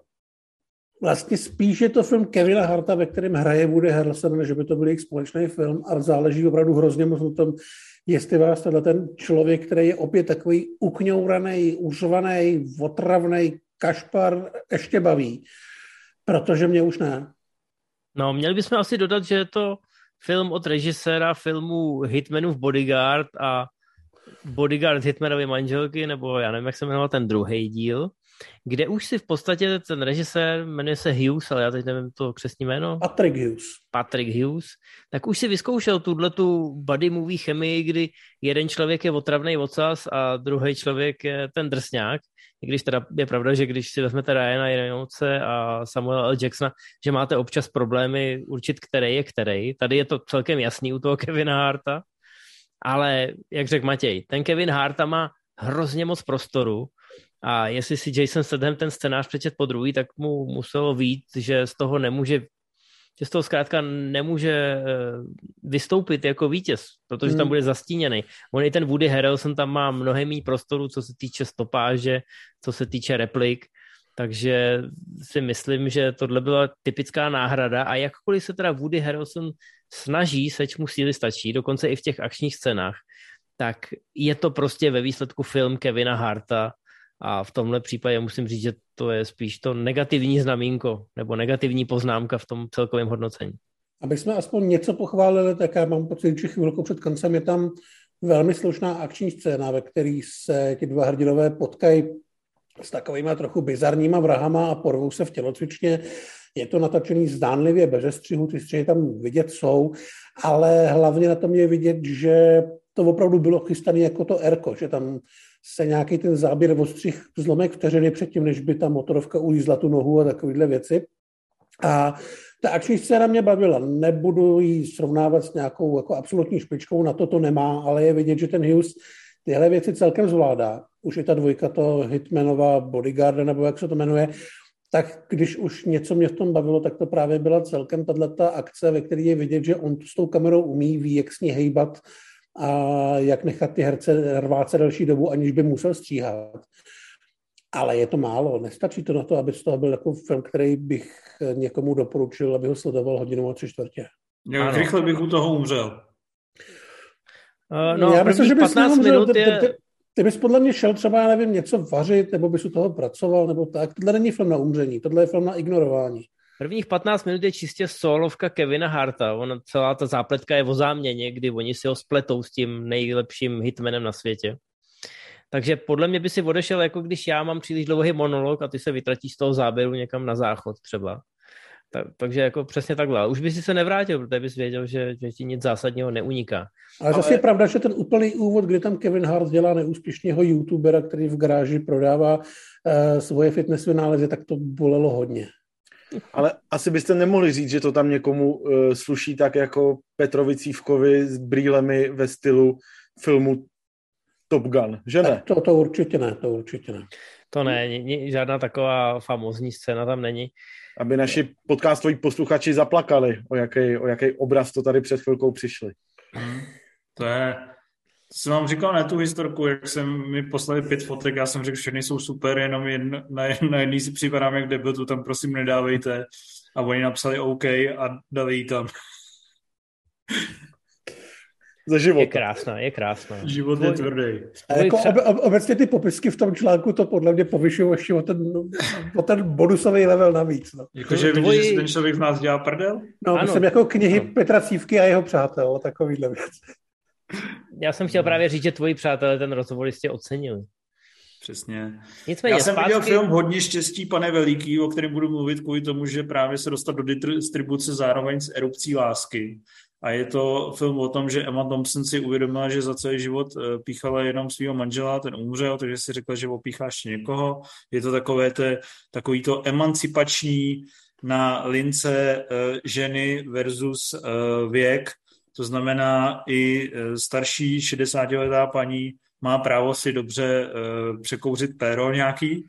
Speaker 3: vlastně spíš je to film Kevina Harta, ve kterém hraje Woody Harrelson, než by to byl jejich společný film, a záleží opravdu hrozně moc na tom, jestli vás tenhle ten člověk, který je opět takový ukňouranej, uřvanej, otravnej kašpar, ještě baví. Protože mě už ne.
Speaker 2: No, měli bychom asi dodat, že je to film od režiséra filmu Hitmanův Bodyguard a Bodyguard Hitmanovy manželky, nebo já nevím, jak se jmenoval ten druhý díl, kde už si v podstatě ten režisér, jmenuje se Hughes, ale já teď nevím to křestní jméno.
Speaker 3: Patrick Hughes.
Speaker 2: Patrick Hughes. Tak už si vyzkoušel tuhletu buddy movie chemii, kdy jeden člověk je otravnej ocas a druhý člověk je ten drsňák. I když teda je pravda, že když si vezmete Ryana Reynoldse a Samuela L. Jacksona, že máte občas problémy určit, který je který. Tady je to celkem jasný u toho Kevina Harta. Ale, jak řekl Matěj, ten Kevin Harta má hrozně moc prostoru a jestli si Jason Statham ten scénář přečet po druhý, tak mu muselo vyjít, že z toho nemůže, že z toho zkrátka nemůže vystoupit jako vítěz, protože hmm. tam bude zastíněný. On i ten Woody Harrelson tam má mnohem méně prostoru, co se týče stopáže, co se týče replik, takže si myslím, že tohle byla typická náhrada a jakkoliv se teda Woody Harrelson snaží, seč mu síly stačí, dokonce i v těch akčních scénách, tak je to prostě ve výsledku film Kevina Harta a v tomhle případě musím říct, že to je spíš to negativní znamínko nebo negativní poznámka v tom celkovém hodnocení. Aby
Speaker 3: jsme aspoň něco pochválili, tak já mám pocit, že chvilku před koncem je tam velmi slušná akční scéna, ve který se ti dva hrdinové potkají s takovýma trochu bizarníma vrahama a porvou se v tělocvičně. Je to natačený zdánlivě bez střihu, ty střihy tam vidět jsou, ale hlavně na tom je vidět, že to opravdu bylo chystané jako to Erko, že tam se nějaký ten záběr ostřih zlomek vteřiny předtím, než by ta motorovka ulízla tu nohu a takovéhle věci. A ta akční scéna mě bavila. Nebudu ji srovnávat s nějakou jako absolutní špičkou, na to to nemá, ale je vidět, že ten Hughes tyhle věci celkem zvládá. Už je ta dvojka to Hitmanova Bodyguarda, nebo jak se to jmenuje, tak když už něco mě v tom bavilo, tak to právě byla celkem tato akce, ve které je vidět, že on s tou kamerou umí, ví, jak s ní hejbat a jak nechat ty herce rvát se delší dobu, aniž by musel stříhat. Ale je to málo, nestačí to na to, aby z toho byl jako film, který bych někomu doporučil, aby ho sledoval hodinu a tři čtvrtě.
Speaker 1: Jak rychle bych u toho umřel?
Speaker 2: Uh, no, já myslím, že patnáct minut je...
Speaker 3: Ty, ty bys podle mě šel třeba, já nevím, něco vařit, nebo bys u toho pracoval, nebo tak. Tohle není film na umření, tohle je film na ignorování.
Speaker 2: Prvních patnáct minut je čistě solovka Kevina Harta. On, celá ta zápletka je o záměně, kdy oni si ho spletou s tím nejlepším hitmanem na světě. Takže podle mě by si odešel, jako když já mám příliš dlouhý monolog a ty se vytratíš z toho záběru někam na záchod třeba. Tak, takže jako přesně takhle. Už by si se nevrátil, protože bys věděl, že, že ti nic zásadního neuniká.
Speaker 3: Ale zase Ale... je pravda, že ten úplný úvod, kdy tam Kevin Hart dělá neúspěšného youtubera, který v garáži prodává uh, svoje fitness vynálezy, tak to bolelo hodně.
Speaker 4: Ale asi byste nemohli říct, že to tam někomu uh, sluší tak jako Petrovi Cívkovi s brýlemi ve stylu filmu Top Gun, že ne?
Speaker 3: To, to určitě ne, to určitě ne.
Speaker 2: To ne, ni, žádná taková famózní scéna tam není.
Speaker 4: Aby naši podcastoví posluchači zaplakali, o jaký, o jaký obraz to tady před chvilkou přišli.
Speaker 1: Hmm. To je... To jsem vám říkal na tu historku, jak jsem mi poslali pět fotek, já jsem řekl, všechny jsou super, jenom jedno, na, na jedný si připadám jak debil, tu tam prosím nedávejte. A oni napsali OK a dali ji tam.
Speaker 4: Za život.
Speaker 2: Je krásná, je krásná.
Speaker 1: Život je tvrdý.
Speaker 3: A jako ob, ob, obecně ty popisky v tom článku to podle mě povyšují ještě o ten, o ten bonusový level navíc. No.
Speaker 1: Jakože
Speaker 2: Tvoji...
Speaker 1: vidíš, že ten člověk v nás dělá prdel?
Speaker 3: No, myslím jako knihy no. Petra Cívky a jeho přátel, takovýhle věc.
Speaker 2: Já jsem chtěl právě říct, že tvoji přátelé ten rozhovor jistě ocenili.
Speaker 1: Přesně.
Speaker 2: Nicméně,
Speaker 1: Já jsem
Speaker 2: zpátky...
Speaker 1: viděl film Hodně štěstí, pane veliký, o kterém budu mluvit kvůli tomu, že právě se dostat do distribuce zároveň s Erupcí lásky. A je to film o tom, že Emma Thompson si uvědomila, že za celý život píchala jenom svého manžela, ten umřel, takže si řekla, že opíchá ještě někoho. Je to takové te, takový to emancipační na lince uh, ženy versus uh, věk. To znamená, i starší šedesátiletá paní má právo si dobře uh, překouřit péro nějaký.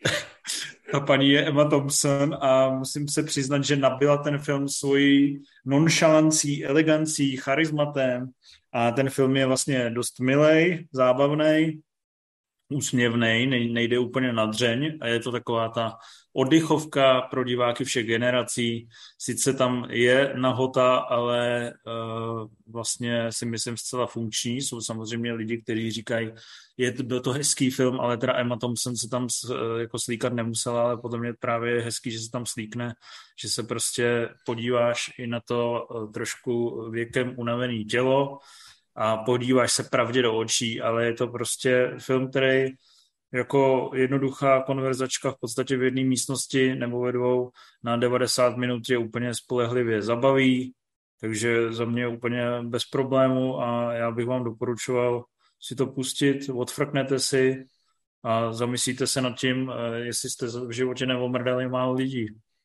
Speaker 1: Ta paní je Emma Thompson a musím se přiznat, že nabila ten film svojí nonchalancí, elegancí, charizmatem a ten film je vlastně dost milej, zábavnej, úsměvnej, nejde úplně na dřeň a je to taková ta oddychovka pro diváky všech generací. Sice tam je nahota, ale uh, vlastně si myslím zcela funkční. Jsou samozřejmě lidi, kteří říkají, je, byl to hezký film, ale teda Emma Thompson se tam uh, jako slíkat nemusela, ale potom je právě hezký, že se tam slíkne, že se prostě podíváš i na to uh, trošku věkem unavený tělo a podíváš se pravdě do očí, ale je to prostě film, který jako jednoduchá konverzačka v podstatě v jedné místnosti nebo ve dvou na devadesát minut je úplně spolehlivě zabaví, takže za mě úplně bez problému a já bych vám doporučoval si to pustit, odfrknete si a zamyslíte se nad tím, jestli jste v životě neomrdali málo lidí.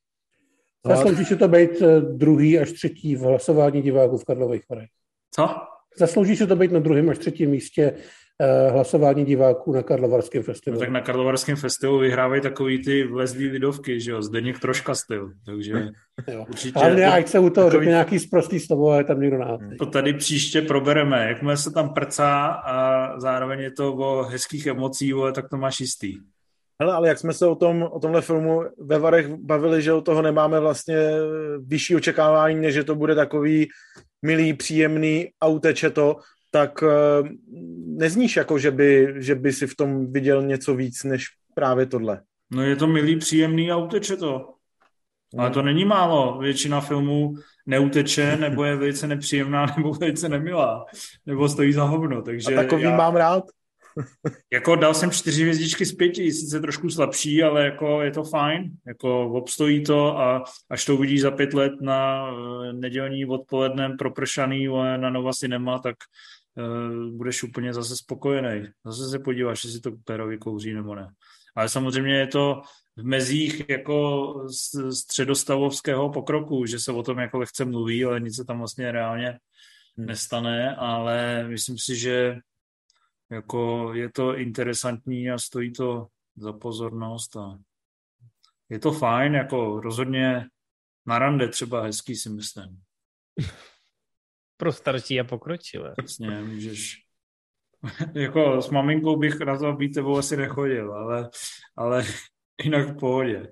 Speaker 3: Zaslouží si to být druhý až třetí v hlasování diváků v Karlových Varech.
Speaker 1: Co?
Speaker 3: Zaslouží se to být na druhém až třetím místě eh, hlasování diváků na Karlovarském festivalu.
Speaker 1: No tak na Karlovarském festivalu vyhrávají takový ty vlezlý lidovky, že jo, Zdeněk Troška styl, takže
Speaker 3: jo.
Speaker 1: určitě...
Speaker 3: Ale ne, ať se u toho
Speaker 1: takový...
Speaker 3: řekne nějaký sprostý slovo, ale tam někdo náhodný.
Speaker 1: To tady příště probereme, jakmile se tam prcá a zároveň je to o hezkých emocích, tak to máš jistý.
Speaker 4: Hele, ale jak jsme se o, tom, o tomhle filmu ve Varech bavili, že od toho nemáme vlastně vyšší očekávání, než že to bude takový milý, příjemný a uteče to, tak uh, nezníš jako, že by, že by si v tom viděl něco víc, než právě tohle.
Speaker 1: No je to milý, příjemný a uteče to. Ale to není málo. Většina filmů neuteče, nebo je velice nepříjemná, nebo velice nemilá. Nebo stojí za hovno. Takže
Speaker 4: a takový
Speaker 1: já...
Speaker 4: mám rád.
Speaker 1: Jako dal jsem čtyři hvězdičky z pěti, sice trošku slabší, ale jako je to fajn, jako obstojí to a až to uvidíš za pět let na nedělní odpolednem propršaný na Nova Cinema, tak uh, budeš úplně zase spokojený. Zase se podíváš, jestli to péro vykouří nebo ne. Ale samozřejmě je to v mezích jako středostavovského pokroku, že se o tom jako lehce mluví, ale nic se tam vlastně reálně nestane, ale myslím si, že jako je to interesantní a stojí to za pozornost a je to fajn, jako rozhodně na rande třeba hezký, si myslím.
Speaker 2: Pro starší a pokročilé.
Speaker 1: Přesně, můžeš. Jako s maminkou bych na to být tebou asi nechodil, ale, ale jinak v pohodě.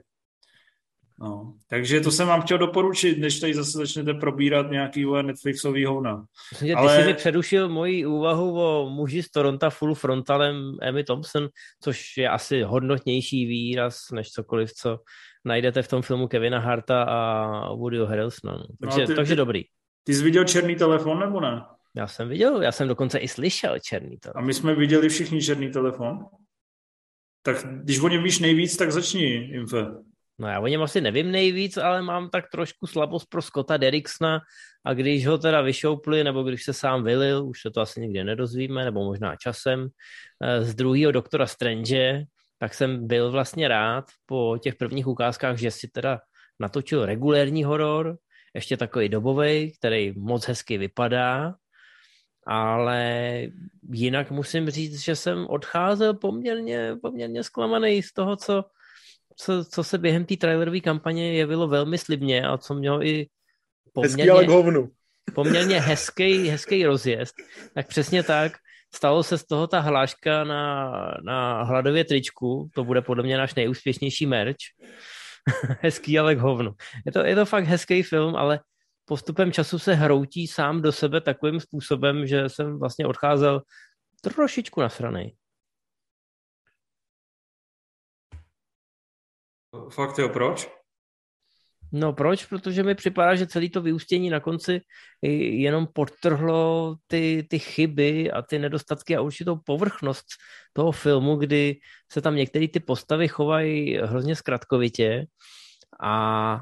Speaker 1: No, takže to jsem vám chtěl doporučit, než tady zase začnete probírat nějaký Netflixový hovna.
Speaker 2: Ty
Speaker 1: Ale...
Speaker 2: jsi mi předušil moji úvahu o muži z Toronto full frontalem Emmy Thompson, což je asi hodnotnější výraz, než cokoliv, co najdete v tom filmu Kevina Harta a Woodyho Harrelsona. Takže,
Speaker 1: no, ty,
Speaker 2: takže
Speaker 1: ty,
Speaker 2: dobrý.
Speaker 1: Ty jsi viděl Černý telefon, nebo ne?
Speaker 2: Já jsem viděl, já jsem dokonce i slyšel Černý telefon.
Speaker 1: A my jsme viděli všichni Černý telefon? Tak když o něm víš nejvíc, tak začni, Infe.
Speaker 2: No já o něm asi nevím nejvíc, ale mám tak trošku slabost pro Scotta Derricksona a když ho teda vyšoupli, nebo když se sám vylil, už se to asi nikdy nedozvíme, nebo možná časem, z druhého Doktora Strange, tak jsem byl vlastně rád po těch prvních ukázkách, že si teda natočil regulérní horor, ještě takový dobovej, který moc hezky vypadá ale jinak musím říct, že jsem odcházel poměrně, poměrně zklamaný z toho, co, co, co se během té trailerové kampaně jevilo velmi slibně a co mělo i
Speaker 4: Hezký, ale k
Speaker 2: poměrně,
Speaker 4: hovnu.
Speaker 2: poměrně hezký, hezký rozjezd. Tak přesně tak, stalo se z toho ta hláška na, na hladově tričku, to bude podle mě náš nejúspěšnější merch. Hezký, ale k hovnu. Je to, je to fakt hezký film, ale postupem času se hroutí sám do sebe takovým způsobem, že jsem vlastně odcházel trošičku nasranej.
Speaker 1: Fakt jo, proč?
Speaker 2: No proč? Protože mi připadá, že celé to vyústění na konci jenom podtrhlo ty, ty chyby a ty nedostatky a určitou povrchnost toho filmu, kdy se tam některé ty postavy chovají hrozně zkratkovitě a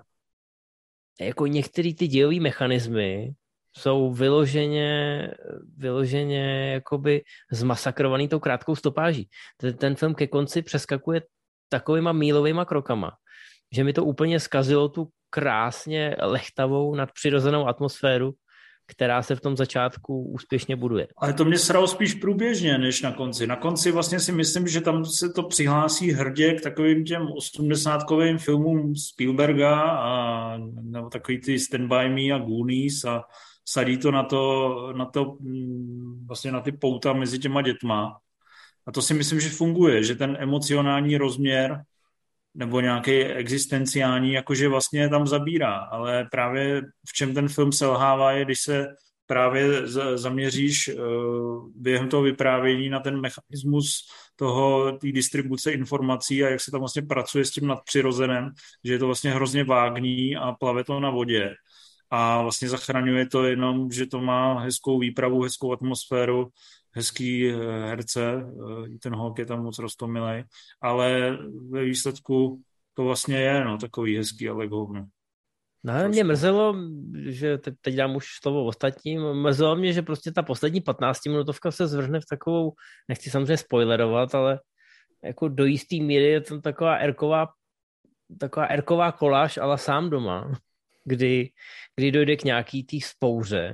Speaker 2: jako některé ty dějové mechanismy jsou vyloženě, vyloženě jakoby zmasakrovaný tou krátkou stopáží. Ten, ten film ke konci přeskakuje takovýma mílovýma krokama, že mi to úplně zkazilo tu krásně lechtavou nadpřirozenou atmosféru, která se v tom začátku úspěšně buduje.
Speaker 1: Ale to mě sralo spíš průběžně, než na konci. Na konci vlastně si myslím, že tam se to přihlásí hrdě k takovým těm osmdesátkovým filmům Spielberga a nebo takový ty Stand By Me a Goonies a sadí to na to, na to vlastně na ty pouta mezi těma dětma. A to si myslím, že funguje, že ten emocionální rozměr nebo nějaký existenciální, jakože vlastně tam zabírá, ale právě v čem ten film selhává je, když se právě zaměříš během toho vyprávění na ten mechanismus toho, té distribuce informací a jak se tam vlastně pracuje s tím nadpřirozeným, že je to vlastně hrozně vágní a plave to na vodě. A vlastně zachraňuje to jenom, že to má hezkou výpravu, hezkou atmosféru, hezký herce, ten Hawk je tam moc roztomilej, ale ve výsledku to vlastně je no, takový hezký, ale k hovnu.
Speaker 2: No, mě mrzelo, že te, teď dám už slovo ostatním, mrzelo mě, že prostě ta poslední patnáctiminutovka se zvrhne v takovou, nechci samozřejmě spoilerovat, ale jako do jistý míry je tam taková erková, taková erková koláž, ale sám doma, kdy, kdy dojde k nějaký té spouře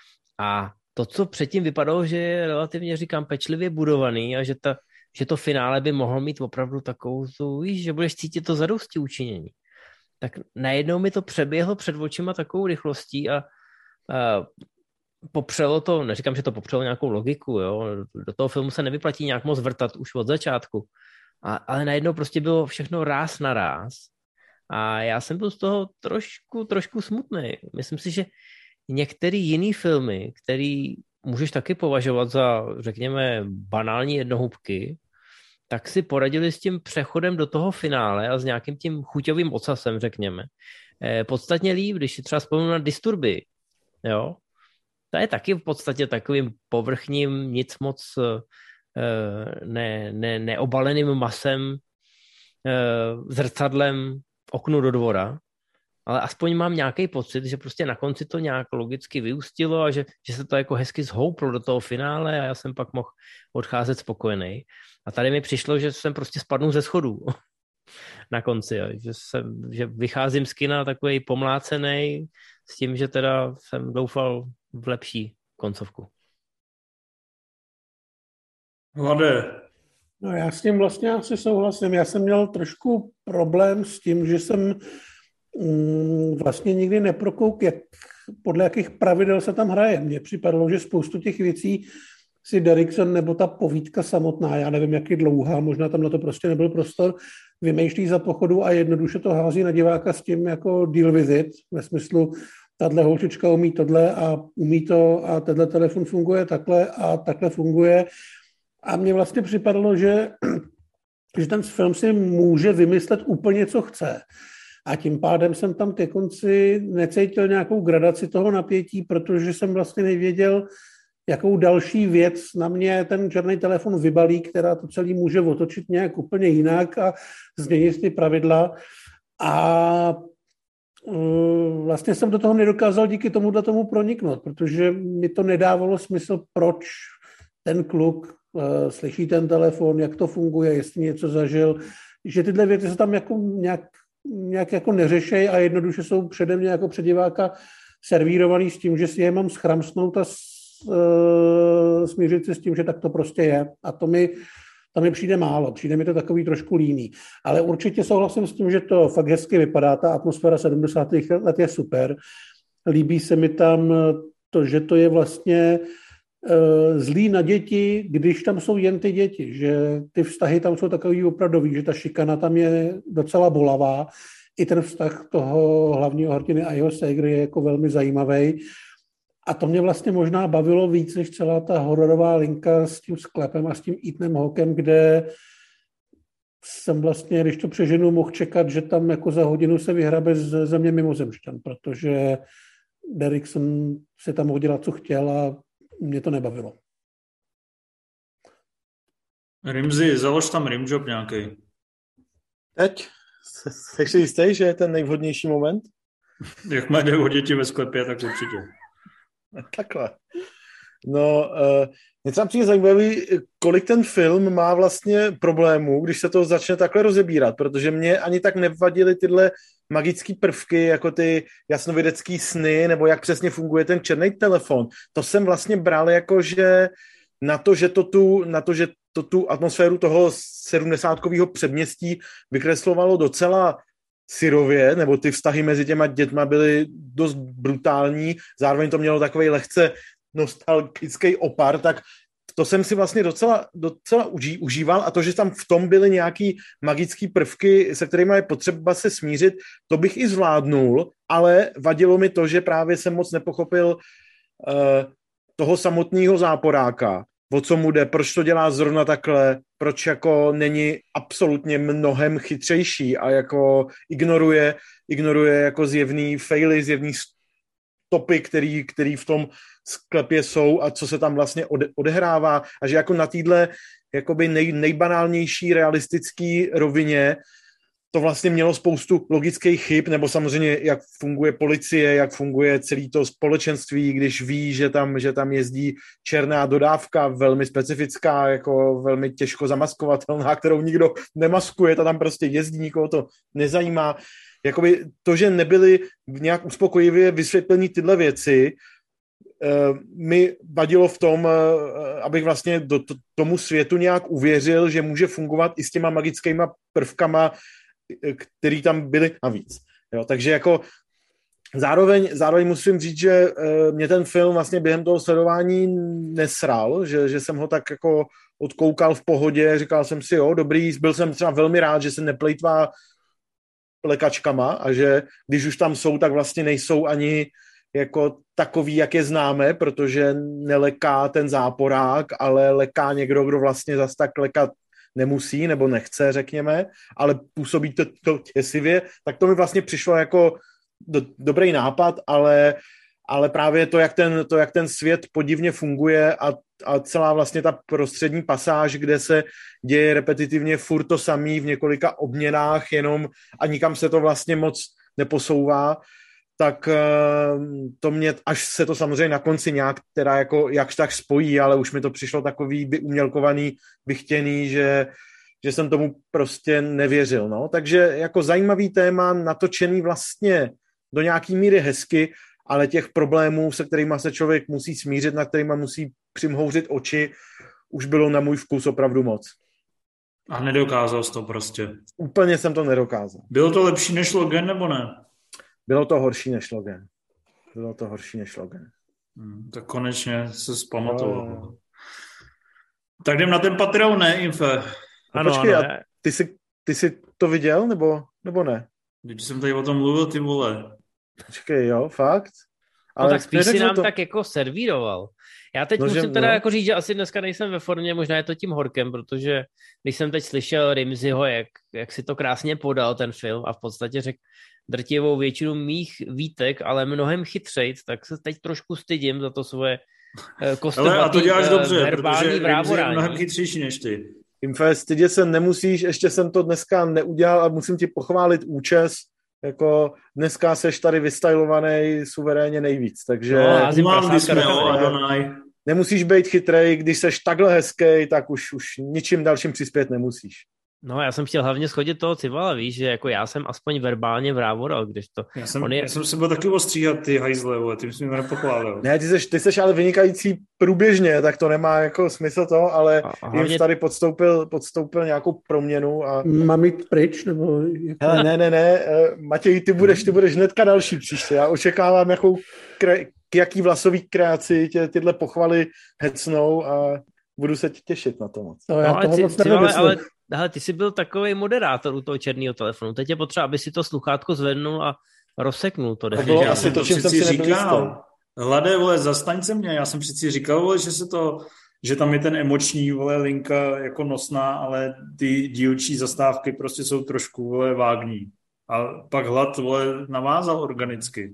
Speaker 2: a to, co předtím vypadalo, že je relativně, říkám, pečlivě budovaný a že, ta, že to finále by mohlo mít opravdu takovou, tu, víš, že budeš cítit to zadosti učinění. Tak najednou mi to přeběhlo před očima takovou rychlostí a, a popřelo to, neříkám, že to popřelo nějakou logiku, jo, do toho filmu se nevyplatí nějak moc vrtat už od začátku, a, ale najednou prostě bylo všechno ráz na ráz a já jsem byl z toho trošku, trošku smutný. Myslím si, že některé jiné filmy, které můžeš taky považovat za, řekněme, banální jednohubky, tak si poradili s tím přechodem do toho finále a s nějakým tím chuťovým ocasem, řekněme. Eh, podstatně líp, když si třeba vzpomínám na Disturbii, jo. To je taky v podstatě takovým povrchním, nic moc eh, ne, ne, neobaleným masem, eh, zrcadlem v oknu do dvora, ale aspoň mám nějaký pocit, že prostě na konci to nějak logicky vyústilo a že, že se to jako hezky zhouplo do toho finále a já jsem pak mohl odcházet spokojený. A tady mi přišlo, že jsem prostě spadnul ze schodů na konci, že, jsem, že vycházím z kina takovej pomlácený s tím, že teda jsem doufal v lepší koncovku.
Speaker 1: Vlade.
Speaker 3: No já s tím vlastně asi souhlasím. Já jsem měl trošku problém s tím, že jsem mm, vlastně nikdy neprokouk, jak, podle jakých pravidel se tam hraje. Mně připadalo, že spoustu těch věcí si Derrickson nebo ta povídka samotná, já nevím, jak je dlouhá, možná tam na to prostě nebyl prostor, vymýšlí za pochodu a jednoduše to hází na diváka s tím jako deal with it, ve smyslu tahle holčička umí tohle a umí to a tenhle telefon funguje takhle a takhle funguje. A mně vlastně připadalo, že, že ten film si může vymyslet úplně, co chce. A tím pádem jsem tam ke konci necítil nějakou gradaci toho napětí, protože jsem vlastně nevěděl, jakou další věc na mě ten černý telefon vybalí, která to celý může otočit nějak úplně jinak a změnit ty pravidla. A vlastně jsem do toho nedokázal díky tomuhle tomu proniknout, protože mi to nedávalo smysl, proč ten kluk uh, slyší ten telefon, jak to funguje, jestli něco zažil, že tyhle věci se tam jako nějak, nějak jako neřešejí a jednoduše jsou přede mě jako před diváka servírovaný s tím, že si je mám schramsnout a uh, smířit se s tím, že tak to prostě je. A to mi, to mi přijde málo, přijde mi to takový trošku líný. Ale určitě souhlasím s tím, že to fakt hezky vypadá, ta atmosféra sedmdesátých let je super. Líbí se mi tam to, že to je vlastně uh, zlý na děti, když tam jsou jen ty děti, že ty vztahy tam jsou takový opravdový, že ta šikana tam je docela bolavá. I ten vztah toho hlavního hrdiny a jeho ségry je jako velmi zajímavý. A to mě vlastně možná bavilo víc, než celá ta hororová linka s tím sklepem a s tím Ethanem Hawkem, kde jsem vlastně, když to přeženu, mohl čekat, že tam jako za hodinu se vyhrabe z země mimozemšťan, protože Derrickson si tam mohl dělat, co chtěl a mě to nebavilo.
Speaker 1: Rimzi, založ tam rimjob nějaký.
Speaker 4: Teď? Jsi si jistý, že je ten nejvhodnější moment?
Speaker 1: Jak má jde o děti ve sklepě, tak určitě.
Speaker 4: Takhle. No, uh, mě tam přijde zajímavý, kolik ten film má vlastně problémů, když se to začne takhle rozebírat, protože mě ani tak nevadily tyhle magické prvky, jako ty jasnovidecký sny, nebo jak přesně funguje ten černý telefon. To jsem vlastně bral jako, že na to, že to tu, na to, že to tu atmosféru toho sedmdesátkového předměstí vykreslovalo docela syrově, nebo ty vztahy mezi těma dětma byly dost brutální, zároveň to mělo takovej lehce nostalgický opar, tak to jsem si vlastně docela, docela uží, užíval a to, že tam v tom byly nějaký magický prvky, se kterými je potřeba se smířit, to bych i zvládnul, ale vadilo mi to, že právě jsem moc nepochopil uh, toho samotného záporáka, o co mu jde, proč to dělá zrovna takhle, proč jako není absolutně mnohem chytřejší a jako ignoruje, ignoruje jako zjevný faily, zjevný stopy, který, který v tom sklepě jsou a co se tam vlastně ode, odehrává a že jako na téhle jakoby nej, nejbanálnější realistický rovině to vlastně mělo spoustu logických chyb, nebo samozřejmě jak funguje policie, jak funguje celé to společenství, když ví, že tam, že tam jezdí černá dodávka, velmi specifická, jako velmi těžko zamaskovatelná, kterou nikdo nemaskuje, ta tam prostě jezdí, nikoho to nezajímá. Jakoby to, že nebyly nějak uspokojivě vysvětlení tyhle věci, mi vadilo v tom, abych vlastně do tomu světu nějak uvěřil, že může fungovat i s těma magickýma prvkama, který tam byly navíc. Jo, takže jako zároveň, zároveň musím říct, že mě ten film vlastně během toho sledování nesral, že, že jsem ho tak jako odkoukal v pohodě, říkal jsem si, jo, dobrý, byl jsem třeba velmi rád, že se neplejtvá lekačkama a že když už tam jsou, tak vlastně nejsou ani jako takový, jak je známe, protože neleká ten záporák, ale leká někdo, kdo vlastně zas tak lekat nemusí nebo nechce, řekněme, ale působí to, to těsivě, tak to mi vlastně přišlo jako do, dobrý nápad, ale, ale právě to jak, ten, to, jak ten svět podivně funguje a, a celá vlastně ta prostřední pasáž, kde se děje repetitivně furt to samý v několika obměnách jenom a nikam se to vlastně moc neposouvá, tak to mě, až se to samozřejmě na konci nějak teda jako jakž tak spojí, ale už mi to přišlo takový vyumělkovaný, vychtěný, že, že jsem tomu prostě nevěřil. No. Takže jako zajímavý téma, natočený vlastně do nějaký míry hezky, ale těch problémů, se kterýma se člověk musí smířit, na kterýma musí přimhouřit oči, už bylo na můj vkus opravdu moc.
Speaker 1: A nedokázal jsi to prostě.
Speaker 4: Úplně jsem to nedokázal.
Speaker 1: Bylo to lepší než Logan, nebo ne?
Speaker 4: Bylo to horší než Logan. Bylo to horší než Logan.
Speaker 1: Hmm, tak konečně se zpamatoval. No. Tak jdem na ten Patreon, ne, Infe?
Speaker 4: No, ano, počkej, ano. A ty jsi, ty jsi to viděl, nebo, nebo ne?
Speaker 1: Když jsem tady o tom mluvil, ty vole.
Speaker 4: Počkej, jo, fakt?
Speaker 2: Ale no tak spíš si nám to... tak jako servíroval. Já teď
Speaker 4: no,
Speaker 2: musím
Speaker 4: že,
Speaker 2: teda
Speaker 4: no.
Speaker 2: jako říct, že asi dneska nejsem ve formě, možná je to tím horkem, protože když jsem teď slyšel Rimziho, jak, jak si to krásně podal ten film a v podstatě řekl drtivou většinu mých výtek, ale mnohem chytřejc, tak se teď trošku stydím za to svoje kostovatý
Speaker 1: ale a to děláš dobře,
Speaker 2: verbální vrávorání.
Speaker 1: Je mnohem chytřejší než ty.
Speaker 4: Infe, stydět se nemusíš, ještě jsem to dneska neudělal a musím ti pochválit účes, jako dneska seš tady vystylovaný suverénně nejvíc, takže
Speaker 2: no,
Speaker 1: mám, jsme o Adonai.
Speaker 4: Nemusíš být chytrej, když seš takhle hezký, tak už, už ničím dalším přispět nemusíš.
Speaker 2: No, já jsem chtěl hlavně schodit toho Civala, víš, že jako já jsem aspoň verbálně vrávoral, když to...
Speaker 1: Já jsem,
Speaker 2: on je...
Speaker 1: já jsem se byl taky ostříhat, ty hajzle, vole, ty jsi mi nepochválil.
Speaker 4: Ne, ty seš, ty seš ale vynikající průběžně, tak to nemá jako smysl to, ale a, a hlavně... jim tady podstoupil, podstoupil nějakou proměnu a...
Speaker 3: Mám jít pryč, nebo...
Speaker 4: Hele, ne, ne, ne, Matěj, ty budeš, ty budeš hnedka další příště, já očekávám, jakou kre... k jaký vlasový kreaci tě tyhle pochvaly hecnou a budu se těšit na to moc.
Speaker 3: No, já
Speaker 2: no,
Speaker 3: toho
Speaker 2: ty,
Speaker 3: moc
Speaker 2: ty, ale, ale, ale ty jsi byl takový moderátor u toho černého telefonu. Teď je potřeba, aby si to sluchátko zvednul a rozseknul to.
Speaker 4: To bylo asi to, čím jsem si
Speaker 1: říkal. Hlade, vole, zastaň se mě. Já jsem přeci říkal, vole, že se to, že tam je ten emoční, vole, linka jako nosná, ale ty dílčí zastávky prostě jsou trošku, vole, vágní. A pak Hlad, vole, navázal organicky.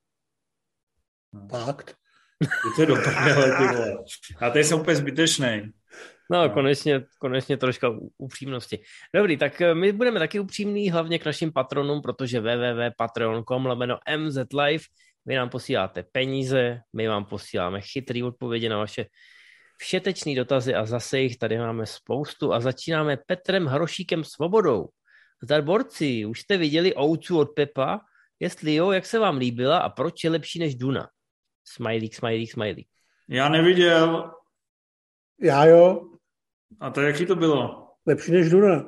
Speaker 3: Fakt.
Speaker 1: Je to dobré, ty vole. Já tady jsem úplně zbytečnej.
Speaker 2: No, konečně, konečně troška upřímnosti. Dobrý, tak my budeme taky upřímní, hlavně k našim patronům, protože w w w tečka patreon tečka com lomeno m z live, vy nám posíláte peníze, my vám posíláme chytrý odpovědi na vaše všetečný dotazy a zase jich tady máme spoustu a začínáme Petrem Hrošíkem Svobodou. Zdar borci, už jste viděli Oucu od Pepa? Jestli jo, jak se vám líbila a proč je lepší než Duna? Smajlík, smajlík, smajlík.
Speaker 1: Já neviděl.
Speaker 3: Já jo.
Speaker 1: A to jaký to bylo?
Speaker 3: Lepší než Duna.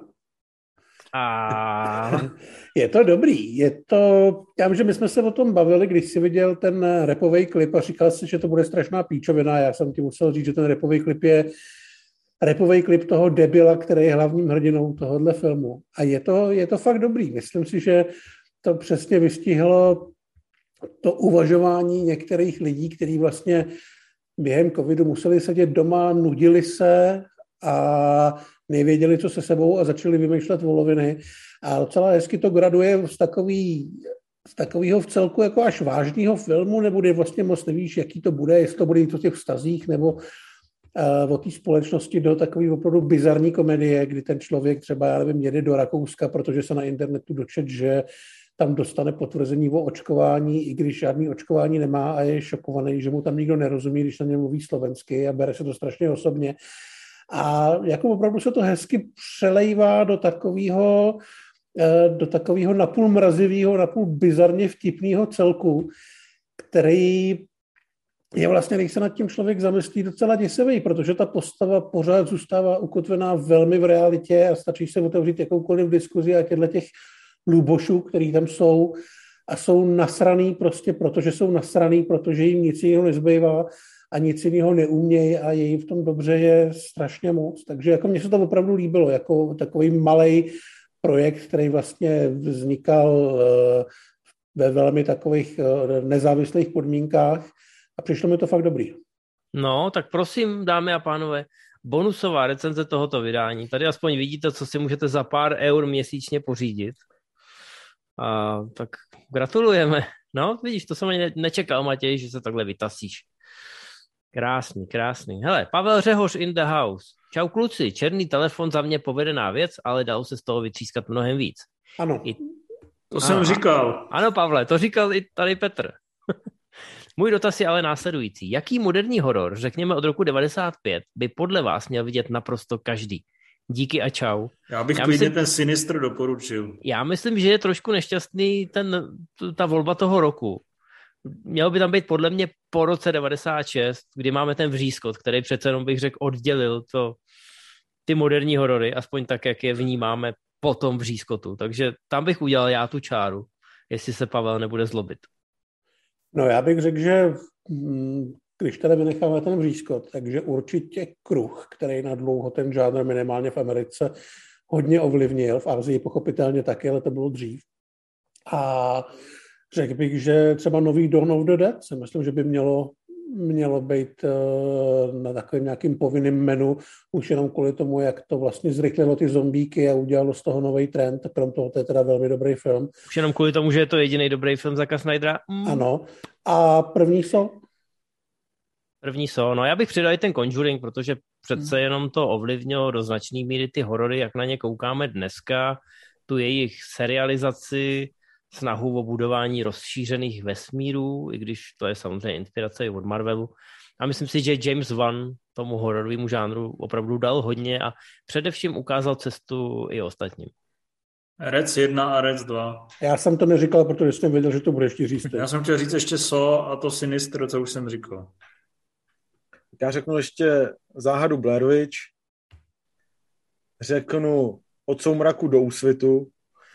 Speaker 2: A...
Speaker 3: Je to dobrý. Je to... Já vím, že my jsme se o tom bavili, když jsi viděl ten rapový klip a říkal jsi, že to bude strašná píčovina. Já jsem ti musel říct, že ten rapový klip je rapový klip toho debila, který je hlavním hrdinou tohohle filmu. A je to, je to fakt dobrý. Myslím si, že to přesně vystihlo to uvažování některých lidí, kteří vlastně během covidu museli sedět doma, nudili se a nevěděli, co se sebou a začali vymýšlet voloviny. A docela hezky to graduje z takový, z takového v celku jako až vážného filmu, nebo kdy vlastně moc nevíš, jaký to bude, jestli to bude jít o těch vztazích, nebo uh, o té společnosti do takové opravdu bizarní komedie, kdy ten člověk třeba, já nevím, jede do Rakouska, protože se na internetu dočet, že tam dostane potvrzení o očkování, i když žádný očkování nemá a je šokovaný, že mu tam nikdo nerozumí, když na něm mluví slovensky a bere se to strašně osobně. A jako opravdu se to hezky přelejvá do takového do takového napůl mrazivého, napůl bizarně vtipného celku, který je vlastně, když se nad tím člověk zamyslí, docela děsivý, protože ta postava pořád zůstává ukotvená velmi v realitě a stačí se otevřít jakoukoliv diskuzi a těchto těch lůbošů, který tam jsou a jsou nasraný prostě, protože jsou nasraný, protože jim nic jiného nezbývá a nic jiného neumějí a je jim v tom dobře je strašně moc. Takže jako mně se to opravdu líbilo, jako takový malej projekt, který vlastně vznikal ve velmi takových nezávislých podmínkách a přišlo mi to fakt dobrý.
Speaker 2: No, tak prosím, dámy a pánové, bonusová recenze tohoto vydání. Tady aspoň vidíte, co si můžete za pár eur měsíčně pořídit. A tak gratulujeme. No, vidíš, to jsem ani nečekal, Matěj, že se takhle vytasíš. Krásný, krásný. Hele, Pavel Řehoř in the house. Čau kluci, černý telefon za mě povedená věc, ale dalo se z toho vytřískat mnohem víc.
Speaker 3: Ano.
Speaker 2: I...
Speaker 1: To jsem ano, říkal.
Speaker 2: Ano, Pavle, to říkal i tady Petr. Můj dotaz je ale následující. Jaký moderní horor, řekněme od roku devadesát pět, by podle vás měl vidět naprosto každý? Díky a čau.
Speaker 1: Já bych já klidně ten Sinister doporučil.
Speaker 2: Já myslím, že je trošku nešťastný ten, ta volba toho roku. Měl by tam být podle mě po roce devadesát šest, kdy máme ten Vřízkot, který přece jenom bych řekl oddělil to, ty moderní horory, aspoň tak, jak je vnímáme po tom Vřízkotu. Takže tam bych udělal já tu čáru, jestli se Pavel nebude zlobit.
Speaker 3: No já bych řekl, že když tady vynecháme ten Vřízkot, takže určitě Kruh, který na dlouho ten žánr minimálně v Americe hodně ovlivnil, v Asii pochopitelně taky, ale to bylo dřív. A řekl bych, že třeba nový Dawn of the Dead si myslím, že by mělo, mělo být uh, na takovým nějakým povinným menu, už jenom kvůli tomu, jak to vlastně zrychlilo ty zombíky a udělalo z toho nový trend. Krom toho to je teda velmi dobrý film.
Speaker 2: Už jenom kvůli tomu, že je to jediný dobrý film Zacka Snydera? Mm.
Speaker 3: Ano. A první jsou?
Speaker 2: První jsou. No já bych přidal i ten Conjuring, protože přece jenom to ovlivnilo do značné míry ty horory, jak na ně koukáme dneska, tu jejich serializaci, snahu o budování rozšířených vesmírů, i když to je samozřejmě inspirace i od Marvelu, A myslím si, že James Wan tomu hororovému žánru opravdu dal hodně a především ukázal cestu i ostatním.
Speaker 1: Rec jedna a Rec dva.
Speaker 3: Já jsem to neříkal, protože jsem věděl, že to bude ještě říct.
Speaker 1: Já jsem chtěl říct ještě So a to Sinistr, co už jsem říkal.
Speaker 4: Já řeknu ještě Záhadu Blair Witch, řeknu Od soumraku do úsvitu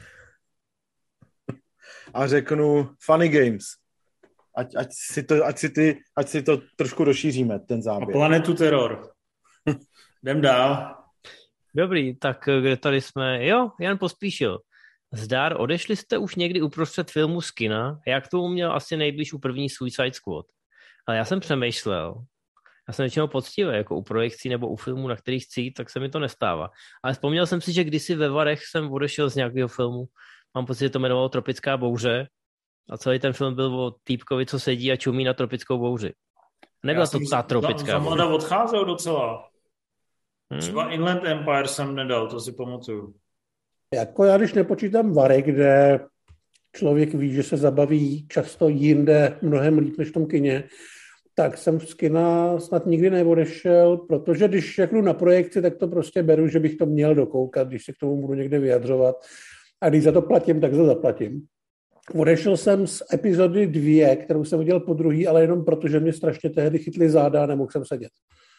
Speaker 4: a řeknu Funny Games. Ať, ať, si to, ať, si ty, ať si to trošku rozšíříme, ten záběr.
Speaker 1: A Planetu teror. Jdem dál.
Speaker 2: Dobrý, tak kde tady jsme? Jo, Jan Pospíšil. Zdar, odešli jste už někdy uprostřed filmu z kina? Já k tomu měl asi nejblíž u první Suicide Squad. Ale já jsem přemýšlel, já jsem většinou poctivý, jako u projekcí nebo u filmů, na kterých chci jít, tak se mi to nestává. Ale vzpomněl jsem si, že kdysi ve Varech jsem odešel z nějakého filmu, mám pocit, že to jmenovalo Tropická bouře a celý ten film byl o týpkovi, co sedí a čumí na tropickou bouři. Nebyla to ta tropická
Speaker 1: bouře. Za odcházel docela.
Speaker 2: Hmm.
Speaker 1: Třeba Inland Empire jsem nedal, to si pamatuju.
Speaker 3: Jako já, když nepočítám Vary, kde člověk ví, že se zabaví často jinde mnohem líp než v tom kině, tak jsem z kina snad nikdy neodešel, protože když jdu na projekci, tak to prostě beru, že bych to měl dokoukat, když se k tomu budu někde vyjadřovat. A když za to platím, tak to zaplatím. Odešel jsem z epizody dvě, kterou jsem viděl po druhý, ale jenom proto, že mě strašně tehdy chytli záda a nemohl jsem sedět.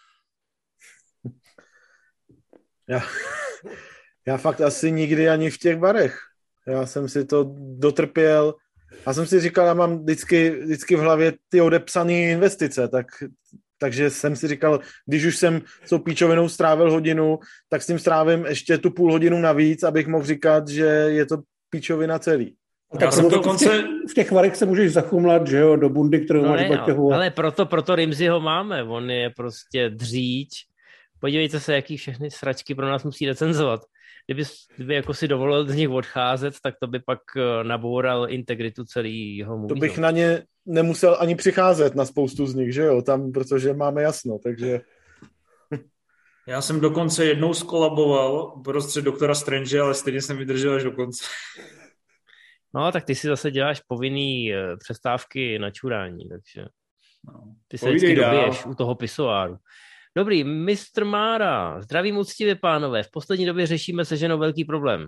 Speaker 4: Já, já fakt asi nikdy ani v těch barech. Já jsem si to dotrpěl. Já jsem si říkal, já mám vždycky, vždycky v hlavě ty odepsané investice, tak, takže jsem si říkal, když už jsem s tou píčovinou strávil hodinu, tak s tím strávím ještě tu půl hodinu navíc, abych mohl říkat, že je to píčovina celý.
Speaker 3: Tak jsem dokonce... v, těch, v těch varech se můžeš zachumlat, že jo, do bundy, kterou
Speaker 2: no
Speaker 3: máš
Speaker 2: ne,
Speaker 3: baťohu.
Speaker 2: Ale proto, proto Rimziho máme, on je prostě dříč. Podívejte se, jaký všechny sračky pro nás musí recenzovat. Kdyby, kdyby jako si dovolil z nich odcházet, tak to by pak naboural integritu celého movie.
Speaker 4: To bych na ně nemusel ani přicházet na spoustu z nich, že jo, tam, protože máme jasno, takže...
Speaker 1: Já jsem dokonce jednou skolaboval prostřed Doktora Strange, ale stejně jsem vydržel až do konce.
Speaker 2: No, tak ty si zase děláš povinný přestávky na čurání, takže ty se vždycky dobiješ u toho pisoáru. Dobrý, mistr Mára, zdravím úctivě pánové, v poslední době řešíme se ženou velký problém.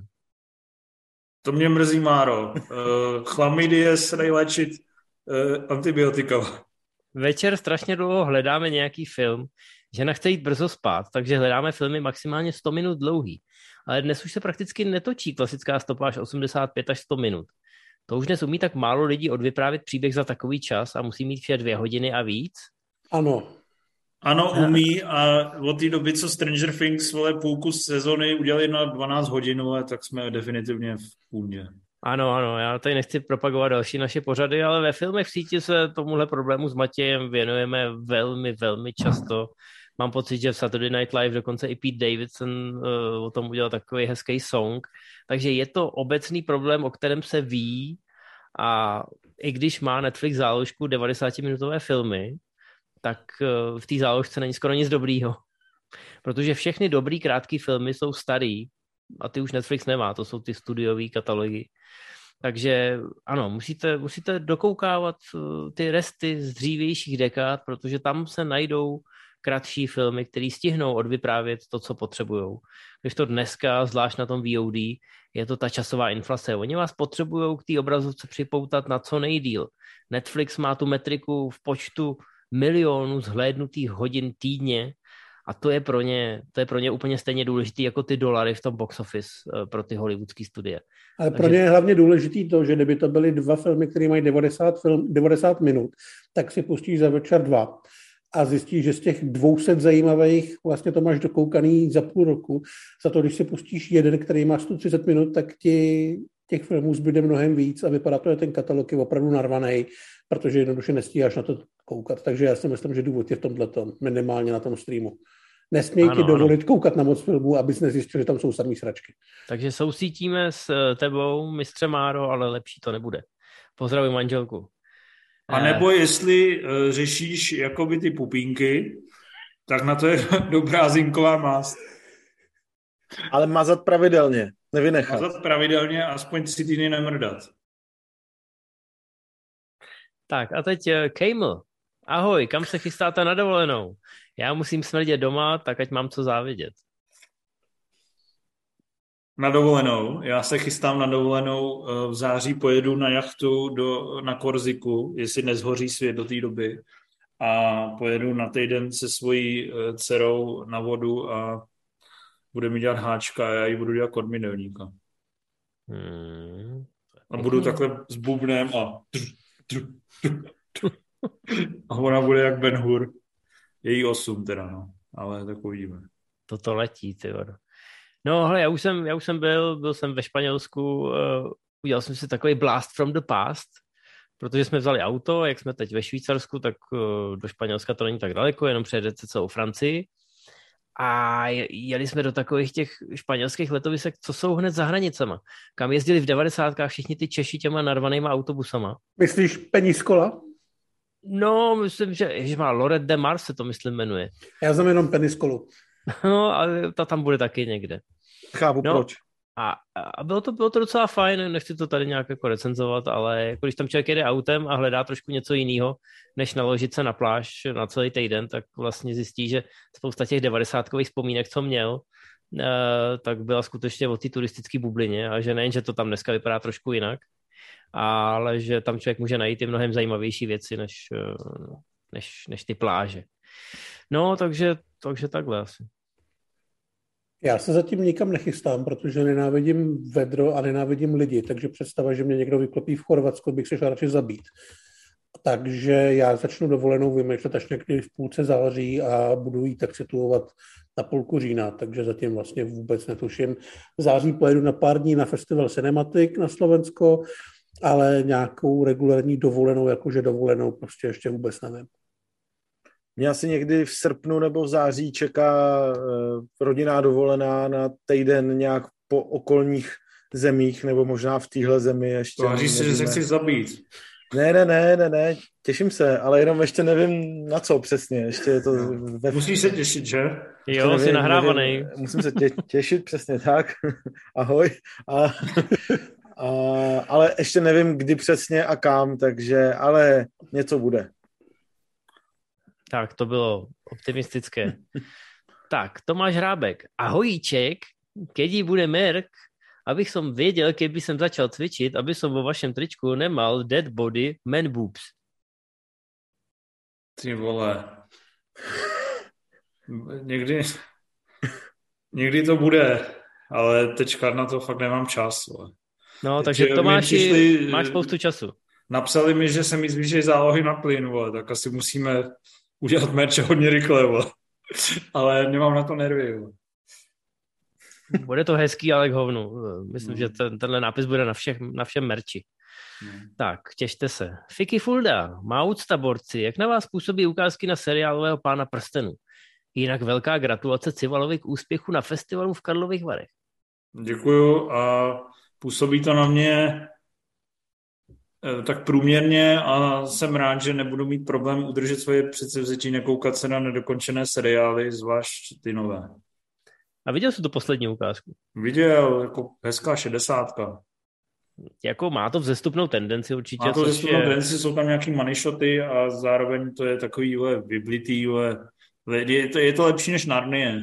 Speaker 1: To mě mrzí, Máro. Uh, chlamydie se dají léčit uh, antibiotika.
Speaker 2: Večer strašně dlouho hledáme nějaký film, žena chce jít brzo spát, takže hledáme filmy maximálně sto minut dlouhý. Ale dnes už se prakticky netočí klasická stopáž osmdesát pět až sto minut. To už dnes umí tak málo lidí odvyprávět příběh za takový čas a musí mít vše dvě hodiny a víc?
Speaker 3: Ano.
Speaker 1: Ano, umí a od té doby, co Stranger Things vole půlku sezony udělali na dvanáct hodin, tak jsme definitivně v půdě.
Speaker 2: Ano, ano, já tady nechci propagovat další naše pořady, ale ve filmech v síti se tomuhle problému s Matějem věnujeme velmi, velmi často. Mám pocit, že v Saturday Night Live dokonce i Pete Davidson uh, o tom udělal takový hezký song. Takže je to obecný problém, o kterém se ví a i když má Netflix záložku devadesátiminutové filmy, tak uh, v té záložce není skoro nic dobrýho. Protože všechny dobrý krátký filmy jsou starý a ty už Netflix nemá, to jsou ty studiový katalogy. Takže ano, musíte, musíte dokoukávat uh, ty resty z dřívějších dekád, protože tam se najdou kratší filmy, které stihnou odvyprávět to, co potřebujou. Když to dneska, zvlášť na tom V O D, je to ta časová inflace. Oni vás potřebují k té obrazovce připoutat na co nejdýl. Netflix má tu metriku v počtu milionů zhlédnutých hodin týdně a to je pro ně, to je pro ně úplně stejně důležitý jako ty dolary v tom box office pro ty hollywoodský studie.
Speaker 3: Ale Takže... pro ně je hlavně důležitý to, že kdyby to byly dva filmy, které mají devadesát, film, devadesát minut, tak si pustíš za večer dva a zjistíš, že z těch dvou set zajímavých vlastně to máš dokoukaný za půl roku. Za to, když si pustíš jeden, který má sto třicet minut, tak ti těch filmů zbyde mnohem víc a vypadá to, že ten katalog je opravdu narvaný, protože jednoduše nestíháš na to koukat. Takže já si myslím, že důvod je v tomhletom, minimálně na tom streamu. Nesměj ano, ti dovolit ano. koukat na moc filmů, abys nezjistil, že tam jsou samý sračky.
Speaker 2: Takže sousítíme s tebou, mistře Máro, ale lepší to nebude. Pozdravuji manželku.
Speaker 1: A nebo jestli uh, řešíš jakoby ty pupínky, tak na to je dobrá zinková mást.
Speaker 4: Ale mazat pravidelně, nevynechat.
Speaker 1: Mazat pravidelně a aspoň tři týdny nemrdat.
Speaker 2: Tak a teď uh, Camel. Ahoj, kam se chystáte na dovolenou? Já musím smrdět doma, tak ať mám co závidět.
Speaker 1: Na dovolenou. Já se chystám na dovolenou. V září pojedu na jachtu do, na Korziku, jestli nezhoří svět do té doby. A pojedu na týden se svojí dcerou na vodu a bude mi dělat háčka a já ji budu dělat kormidelníka.
Speaker 2: Hmm.
Speaker 1: A budu takhle s bubnem a a ona bude jak Ben Hur. Její osm teda, no. Ale tak uvidíme.
Speaker 2: Toto letí, ty vado. No, hele, já už jsem, já už jsem byl, byl jsem ve Španělsku, uh, udělal jsem si takový blast from the past, protože jsme vzali auto, jak jsme teď ve Švýcarsku, tak uh, do Španělska to není tak daleko, jenom přejedete celou Francii. A jeli jsme do takových těch španělských letovisek, co jsou hned za hranicema, kam jezdili v devadesátkách všichni ty Češi těma narvanýma autobusama.
Speaker 3: Myslíš Penískola?
Speaker 2: No, myslím, že ježišmá, Loret de Mar se to, myslím, jmenuje.
Speaker 3: Já znám jenom Penískolu.
Speaker 2: No, ale ta tam bude taky někde.
Speaker 4: Chápu, no, proč.
Speaker 2: A, a bylo, to, bylo to docela fajn, nechci to tady nějak jako recenzovat, ale jako když tam člověk jede autem a hledá trošku něco jiného, než naložit se na pláž na celý týden, tak vlastně zjistí, že spousta těch devadesátkových vzpomínek, co měl, eh, tak byla skutečně o té turistické bublině a že nejen, že to tam dneska vypadá trošku jinak, ale že tam člověk může najít i mnohem zajímavější věci, než, než, než ty pláže. No, takže, takže takhle asi.
Speaker 3: Já se zatím nikam nechystám, protože nenávidím vedro a nenávidím lidi, takže představa, že mě někdo vyklopí v Chorvatsku, bych se šel radši zabít. Takže já začnu dovolenou vymýšlet až někdy v půlce září a budu jí tak situovat na půlku října, takže zatím vlastně vůbec netuším. V září pojedu na pár dní na festival Cinematic na Slovensko, ale nějakou regulární dovolenou, jakože dovolenou, prostě ještě vůbec nevím.
Speaker 4: Mě asi někdy v srpnu nebo v září čeká uh, rodinná dovolená na týden nějak po okolních zemích, nebo možná v téhle zemi ještě.
Speaker 1: Tváříš se, že se chceš zabít.
Speaker 4: Ne, ne, ne, ne, ne, těším se, ale jenom ještě nevím na co přesně. Ještě je to ve...
Speaker 1: Musíš se těšit, že?
Speaker 2: Jo, nevím, jsi nahrávaný.
Speaker 4: Nevím, musím se tě, těšit, přesně tak. Ahoj. A, a, ale ještě nevím, kdy přesně a kam, takže, ale něco bude.
Speaker 2: Tak, to bylo optimistické. Tak, Tomáš Hrábek. Ahojíček, keď bude merk, abych som věděl, keby jsem začal cvičit, aby som vo vašem tričku nemal dead body man boobs.
Speaker 1: Ty vole. Někdy, někdy to bude, ale teďka na to fakt nemám čas. Vole.
Speaker 2: No, takže Tomáši, přišli, máš spoustu času.
Speaker 1: Napsali mi, že se mi zvýší zálohy na plyn, vole, tak asi musíme udělat merch hodně rychle, vole. Ale nemám na to nervy. Vole.
Speaker 2: Bude to hezký, ale k hovnu. Myslím, no. že ten, tenhle nápis bude na, všech, na všem merči. No. Tak, těšte se. Fiki Fulda, má úcta borci, jak na vás působí ukázky na seriálového Pána prstenů? Jinak velká gratulace Civalovi k úspěchu na festivalu v Karlových Varech.
Speaker 1: Děkuju a působí to na mě tak průměrně a jsem rád, že nebudu mít problém udržet svoje předsevzetí nekoukat se na nedokončené seriály, zvlášť ty nové.
Speaker 2: A viděl jsi tu poslední ukázku?
Speaker 1: Viděl, jako hezká šedesátka.
Speaker 2: Jako má to vzestupnou tendenci určitě.
Speaker 1: Má to vzestupnou je... tendenci, jsou tam nějaký money shoty a zároveň to je takový ule, vyblitý. Ule. Je, to, je to lepší než Narnie.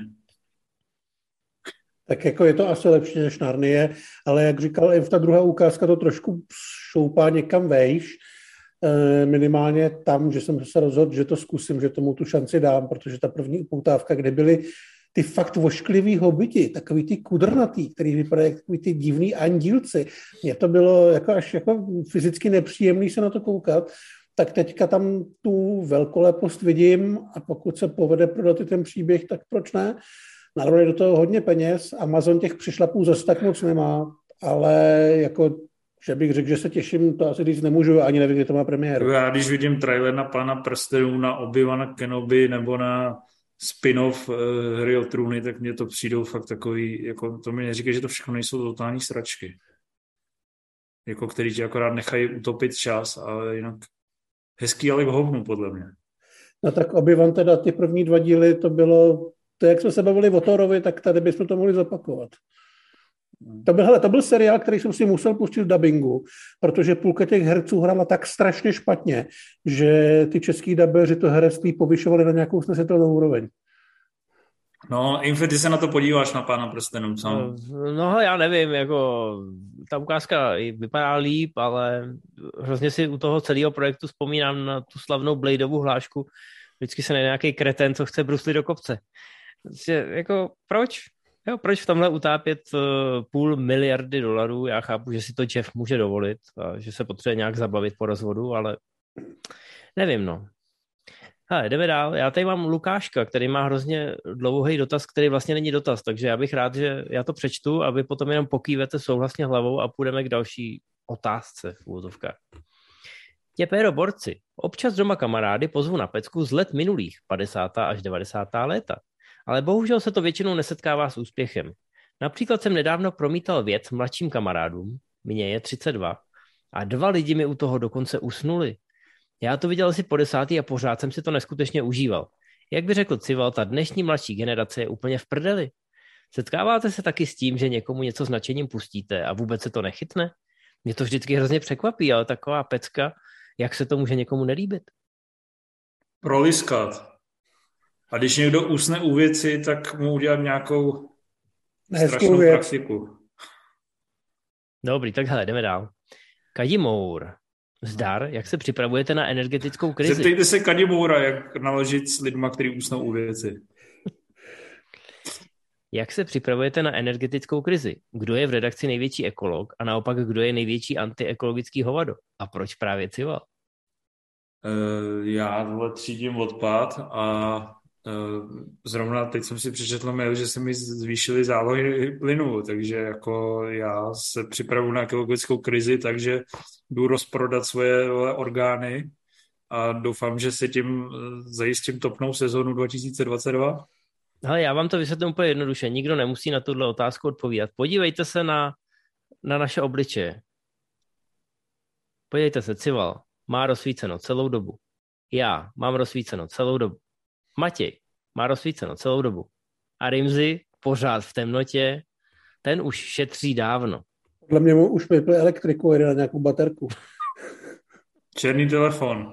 Speaker 3: Tak jako je to asi lepší než Narnie, ale jak říkal Ev, ta druhá ukázka to trošku šoupá někam vejš. E, minimálně tam, že jsem se rozhodl, že to zkusím, že tomu tu šanci dám, protože ta první upoutávka, kde byly ty fakt vošklivý hobiti, takový ty kudrnatý, který vypadají jako takový ty divný andílci. Mně to bylo jako až jako fyzicky nepříjemný se na to koukat, tak teďka tam tu velkolepost vidím a pokud se povede prodat ten příběh, tak proč ne? Narovně do toho hodně peněz, Amazon těch přišlapů zase tak moc nemá, ale jako, že bych řekl, že se těším, to asi říct nemůžu, ani nevím, kdy to má premiéru.
Speaker 1: Já když vidím trailer na Pána prstenů, na Obi-Wana Kenobi nebo na spin-off uh, Hry o trůny, tak mně to přijdou fakt takový, jako to mi neříká, že to všechno nejsou totální sračky. Jako který ti akorát nechají utopit čas, ale jinak hezký, ale k hovnu, podle mě.
Speaker 3: No tak Obi-Wan teda ty první dva díly, to bylo, to jak jsme se bavili o Thorovi, tak tady bychom to mohli zopakovat. To byl, hele, to byl seriál, který jsem si musel pustit v dabingu, protože půlka těch herců hrála tak strašně špatně, že ty český dabeři to herectví povyšovali na nějakou snesitelnou úroveň.
Speaker 1: No, Infe, ty se na to podíváš na Pána prstenů, co?
Speaker 2: No, já nevím, jako ta ukázka vypadá líp, ale hrozně si u toho celého projektu vzpomínám na tu slavnou Bladeovu hlášku. Vždycky se najde nějaký kreten, co chce bruslit do kopce. Prostě, jako, proč? Jo, proč v tomhle utápět uh, půl miliardy dolarů? Já chápu, že si to Jeff může dovolit a že se potřebuje nějak zabavit po rozvodu, ale nevím, no. Hele, jdeme dál. Já tady mám Lukáška, který má hrozně dlouhý dotaz, který vlastně není dotaz, takže já bych rád, že já to přečtu a vy potom jenom pokývete souhlasně hlavou a půjdeme k další otázce v úvodovkách. Těpéro borci, občas doma kamarády pozvu na pecku z let minulých, padesátá až devadesátá léta. Ale bohužel se to většinou nesetkává s úspěchem. Například jsem nedávno promítal věc mladším kamarádům, mně je třicet dva, a dva lidi mi u toho dokonce usnuli. Já to viděl asi po desátý a pořád jsem si to neskutečně užíval. Jak by řekl Cival, ta dnešní mladší generace je úplně v prdeli. Setkáváte se taky s tím, že někomu něco s nadšením pustíte a vůbec se to nechytne? Mě to vždycky hrozně překvapí, ale taková pecka, jak se to může někomu nelíbit?
Speaker 1: Proliskat. A když někdo usne u věci, tak mu udělat nějakou strašnou
Speaker 3: věc.
Speaker 1: praktiku.
Speaker 2: Dobrý, tak hele, jdeme dál. Kadimour. Zdar, jak se připravujete na energetickou krizi?
Speaker 1: Zeptejte se Kadimoura, jak naložit s lidma, kteří usnou u věci.
Speaker 2: Jak se připravujete na energetickou krizi? Kdo je v redakci největší ekolog a naopak kdo je největší antiekologický hovado? A proč právě Cival?
Speaker 1: Uh, já tohle třídím odpad a uh, zrovna teď jsem si přečetl mail, že se mi zvýšily zálohy plynu, takže jako já se připravuji na ekologickou krizi, takže jdu rozprodat svoje orgány a doufám, že se tím zajistím topnou sezónu dva tisíce dvacet dva.
Speaker 2: Hele, já vám to vysvětlím úplně jednoduše. Nikdo nemusí na tuhle otázku odpovídat. Podívejte se na, na naše obličeje. Podívejte se, Cival má rozsvíceno celou dobu. Já mám rozsvíceno celou dobu. Matěj má rozsvíceno celou dobu. A Rimzi pořád v temnotě, ten už šetří dávno.
Speaker 3: Podle mě mu už vypli elektriku a jde na nějakou baterku.
Speaker 1: Černý telefon.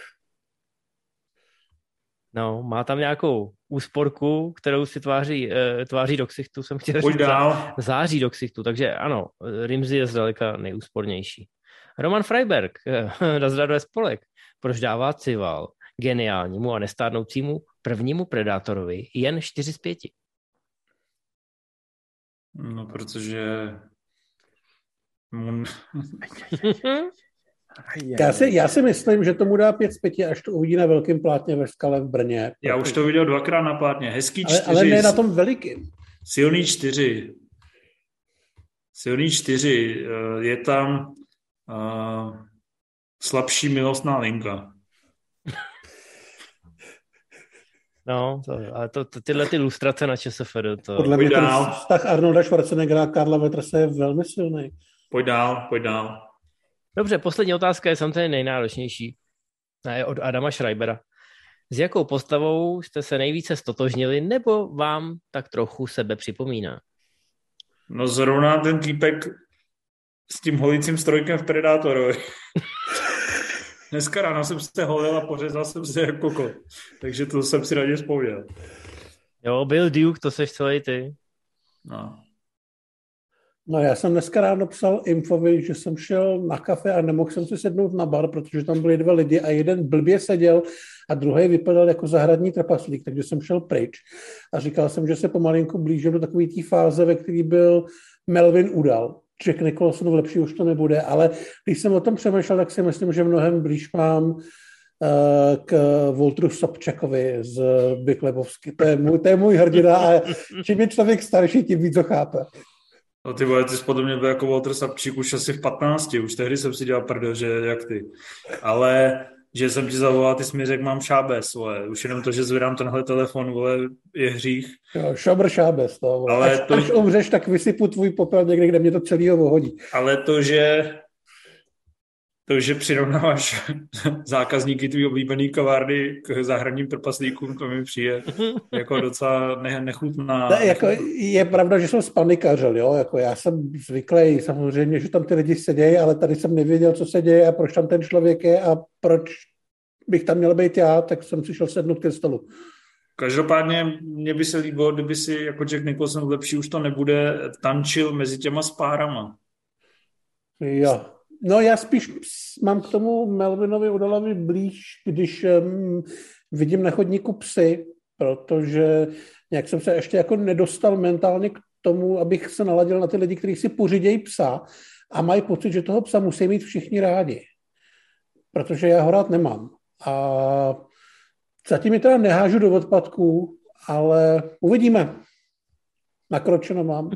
Speaker 2: No, má tam nějakou úsporku, kterou si tváří, e, tváří do ksichtu, jsem chtěl
Speaker 1: Pojď
Speaker 2: říct,
Speaker 1: dál.
Speaker 2: září do ksichtu, takže ano, Rimzi je zdaleka nejúspornější. Roman Freiberg, na zdravé spolek, proč dává Cival geniálnímu a nestárnoucímu prvnímu predátorovi jen čtyři z pěti?
Speaker 1: No, protože... Mun...
Speaker 3: Já si, já si myslím, že tomu dá pět z pěti, až to uvidí na velkém plátně ve Skale v Brně.
Speaker 1: Já už to viděl dvakrát na plátně. Hezký
Speaker 3: ale,
Speaker 1: čtyři.
Speaker 3: ale ne na tom velikým.
Speaker 1: Silný čtyři. Silný čtyři. Je tam uh, slabší milostná linka.
Speaker 2: No, to, ale to, to, tyhle ty lustrace na ČSFD, to...
Speaker 3: Podle mě ten vztah Arnolda Schwarzeneggera a Karla Vetrse je velmi silný.
Speaker 1: Pojď dál, pojď dál.
Speaker 2: Dobře, poslední otázka je samozřejmě nejnáročnější. A je od Adama Schreibera. S jakou postavou jste se nejvíce stotožnili, nebo vám tak trochu sebe připomíná?
Speaker 1: No zrovna ten týpek s tím holicím strojkem v Predátorovi. Dneska ráno jsem se holil a pořezal jsem se jako kokot. Takže to jsem si raději vzpomněl.
Speaker 2: Jo, byl Duke, to seš celý ty.
Speaker 1: No.
Speaker 3: No já jsem dneska ráno psal Infovi, že jsem šel na kafe a nemohl jsem si sednout na bar, protože tam byli dva lidi a jeden blbě seděl a druhý vypadal jako zahradní trpaslík, takže jsem šel pryč. A říkal jsem, že se pomalinku blížím do takové té fáze, ve které byl Melvin Udall. Jack Nicholson lepší už to nebude, ale když jsem o tom přemýšlel, tak si myslím, že mnohem blíž mám uh, k Walteru Sobčakovi z Big Lebowski. To je můj, to je můj hrdina a čím je člověk starší, tím víc ho chápe.
Speaker 1: No ty vole, ty jsi podle mě byl jako Walter Sobčík už asi v patnácti, už tehdy jsem si dělal prdel, že jak ty. Ale že jsem ti zavolal, ty jsi mi řekl, mám šábes, vole. Už jenom to, že zvedám tenhle telefon, vole, je hřích.
Speaker 3: Jo, šobr šábes, no, vole.
Speaker 1: Ale
Speaker 3: až,
Speaker 1: to...
Speaker 3: až umřeš, tak vysypu tvůj popel někde, kde mě to celýho vohodí.
Speaker 1: Ale to, že to, že přirovnáváš zákazníky tvý oblíbený kavárny k zahradním trpaslíkům, to mi přijde jako docela ne, nechutná.
Speaker 3: Ne, jako je pravda, že jsem spanikařil, jo, jako já jsem zvyklý samozřejmě, že tam ty lidi sedějí, ale tady jsem nevěděl, co se děje a proč tam ten člověk je a proč bych tam měl být já, tak jsem si šel sednout ke stolu.
Speaker 1: Každopádně mě by se líbilo, kdyby si jako Jack Nicholson lepší už to nebude, tančil mezi těma spárama.
Speaker 3: Jo. No já spíš mám k tomu Melvinovi Udalovi blíž, když um, vidím na chodníku psy, protože nějak jsem se ještě jako nedostal mentálně k tomu, abych se naladil na ty lidi, kteří si pořídějí psa a mají pocit, že toho psa musí mít všichni rádi. Protože já ho rád nemám. A zatím je teda nehážu do odpadků, ale uvidíme. Nakročeno mám.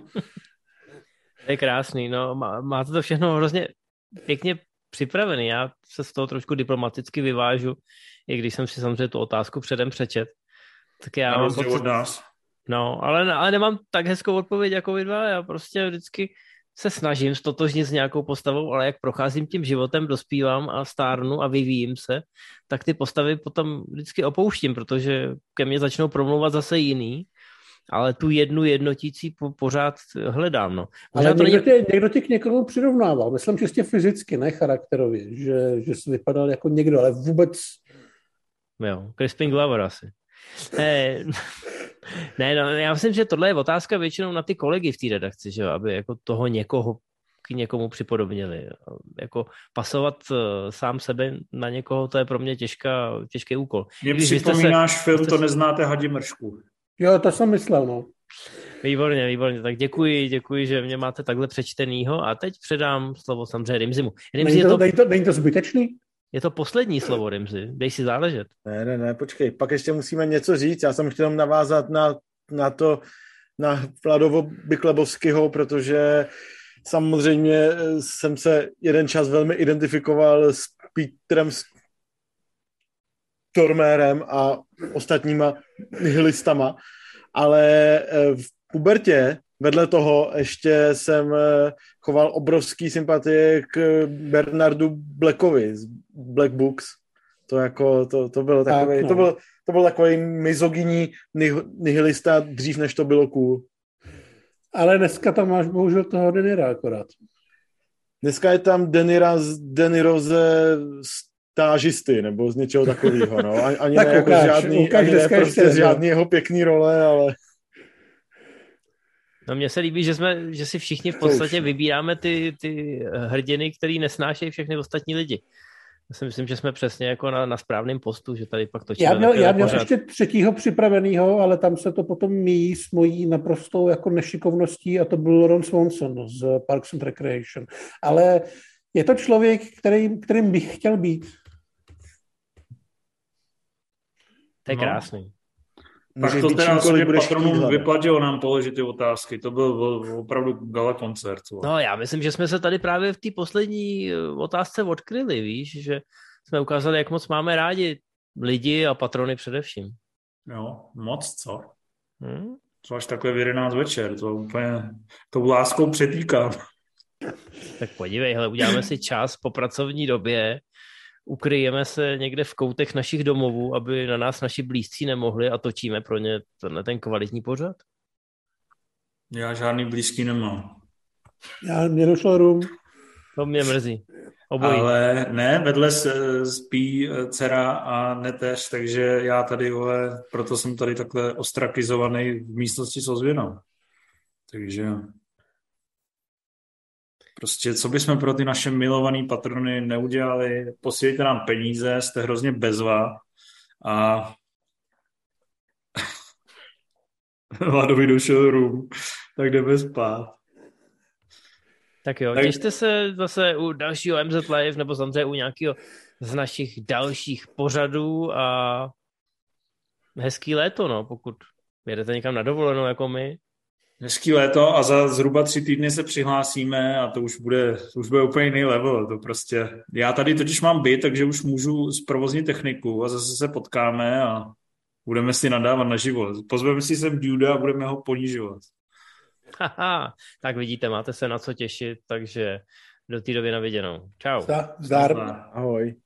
Speaker 2: To je krásný, no, má, máte to všechno hrozně pěkně připravený. Já se z toho trošku diplomaticky vyvážu, i když jsem si samozřejmě tu otázku předem přečet. Tak já mám pocit,
Speaker 1: od nás.
Speaker 2: No, ale, ale nemám tak hezkou odpověď jako vy dva. Já prostě vždycky se snažím stotožnit s nějakou postavou, ale jak procházím tím životem, dospívám a stárnu a vyvíjím se, tak ty postavy potom vždycky opouštím, protože ke mně začnou promlouvat zase jiný, ale tu jednu jednotící po, pořád hledám. No.
Speaker 3: Ale někdo, není... tě, někdo tě k někomu přirovnával. Myslím čistě fyzicky, ne charakterově, že, že jsi vypadal jako někdo, ale vůbec...
Speaker 2: Jo, Crispin Glover asi. Ne, ne, no, já myslím, že tohle je otázka většinou na ty kolegy v té redakci, že jo, aby jako toho někoho k někomu připodobnili. Jako pasovat uh, sám sebe na někoho, to je pro mě těžká, těžký úkol.
Speaker 1: Mě připomínáš
Speaker 2: se,
Speaker 1: film
Speaker 2: se...
Speaker 1: To neznáte Hadí mršku.
Speaker 3: Jo, to jsem myslel, no.
Speaker 2: Výborně, výborně. Tak děkuji, děkuji, že mě máte takhle přečtenýho a teď předám slovo samozřejmě Rimzimu.
Speaker 3: Rimzi, není, to, to... Není, to, není to zbytečný?
Speaker 2: Je to poslední slovo, Rimzi. Dej si záležet.
Speaker 4: Ne, ne, ne, počkej. Pak ještě musíme něco říct. Já jsem chtěl navázat na, na to, na Vladovo Byklebovského, protože samozřejmě jsem se jeden čas velmi identifikoval s Petrem Stormérem a ostatníma nihilistama, ale v pubertě vedle toho ještě jsem choval obrovský sympatie k Bernardu Blackovi z Black Books. To jako, to, to byl takový, no. to byl, to byl takový mizogyní nihilista dřív, než to bylo cool.
Speaker 3: Ale dneska tam máš bohužel toho Denira akorát.
Speaker 4: Dneska je tam Denira z Deniro ze stážisty, nebo z něčeho takového, no. Ani
Speaker 3: tak
Speaker 4: ne
Speaker 3: ukáž,
Speaker 4: jako žádný,
Speaker 3: ukáž
Speaker 4: ani ne prostě žádný jeho pěkný role, ale...
Speaker 2: No mně se líbí, že jsme, že si všichni v podstatě vybíráme ty, ty hrdiny, který nesnášejí všechny ostatní lidi. Já si myslím, že jsme přesně jako na, na správném postu, že tady pak točíme.
Speaker 3: Já měl, já měl
Speaker 2: pořád.
Speaker 3: ještě třetího připravenýho, ale tam se to potom míjí s mojí naprostou jako nešikovností a to byl Ron Swanson z Parks and Recreation. Ale je to člověk, který, kterým bych chtěl být.
Speaker 2: To je krásný.
Speaker 1: Tak to teda asi patronům vyplatilo nám položit ty otázky. To byl, byl opravdu gala koncert.
Speaker 2: No já myslím, že jsme se tady právě v té poslední otázce odkryli, víš, že jsme ukázali, jak moc máme rádi lidi a patrony především.
Speaker 1: Jo, moc co?
Speaker 2: Hmm?
Speaker 1: To až takhle v jedenáct večer, to úplně tou láskou přetýkám.
Speaker 2: Tak podívej, hele, uděláme si čas po pracovní době, ukryjeme se někde v koutech našich domovů, aby na nás naši blízcí nemohli a točíme pro ně tenhle ten kvalitní pořad.
Speaker 1: Já žádný blízký nemám.
Speaker 3: Já, mě došlo rum.
Speaker 2: To mě mrzí. Obojí.
Speaker 1: Ale ne, vedle se spí dcera a neteř, takže já tady, vole, proto jsem tady takhle ostrakizovaný v místnosti s ozvěnou. Takže prostě, co bychom pro ty naše milované patrony neudělali, posílejte nám peníze, jste hrozně bezva a Vladovi došel rum, tak jdeme spát.
Speaker 2: Tak jo, tak... těšte se zase u dalšího M Z Live nebo samozřejmě u nějakého z našich dalších pořadů a hezký léto, no, pokud jedete někam na dovolenou jako my.
Speaker 1: Hezký léto a za zhruba tři týdny se přihlásíme a to už bude, to už bude úplně jiný level. To prostě, já tady totiž mám byt, takže už můžu zprovoznit techniku a zase se potkáme a budeme si nadávat na život. Pozveme si sem Duda a budeme ho ponižovat.
Speaker 2: Haha, tak vidíte, máte se na co těšit, takže Do té doby na viděnou. Čau.
Speaker 3: Zdar.
Speaker 1: Zdar.
Speaker 4: Ahoj.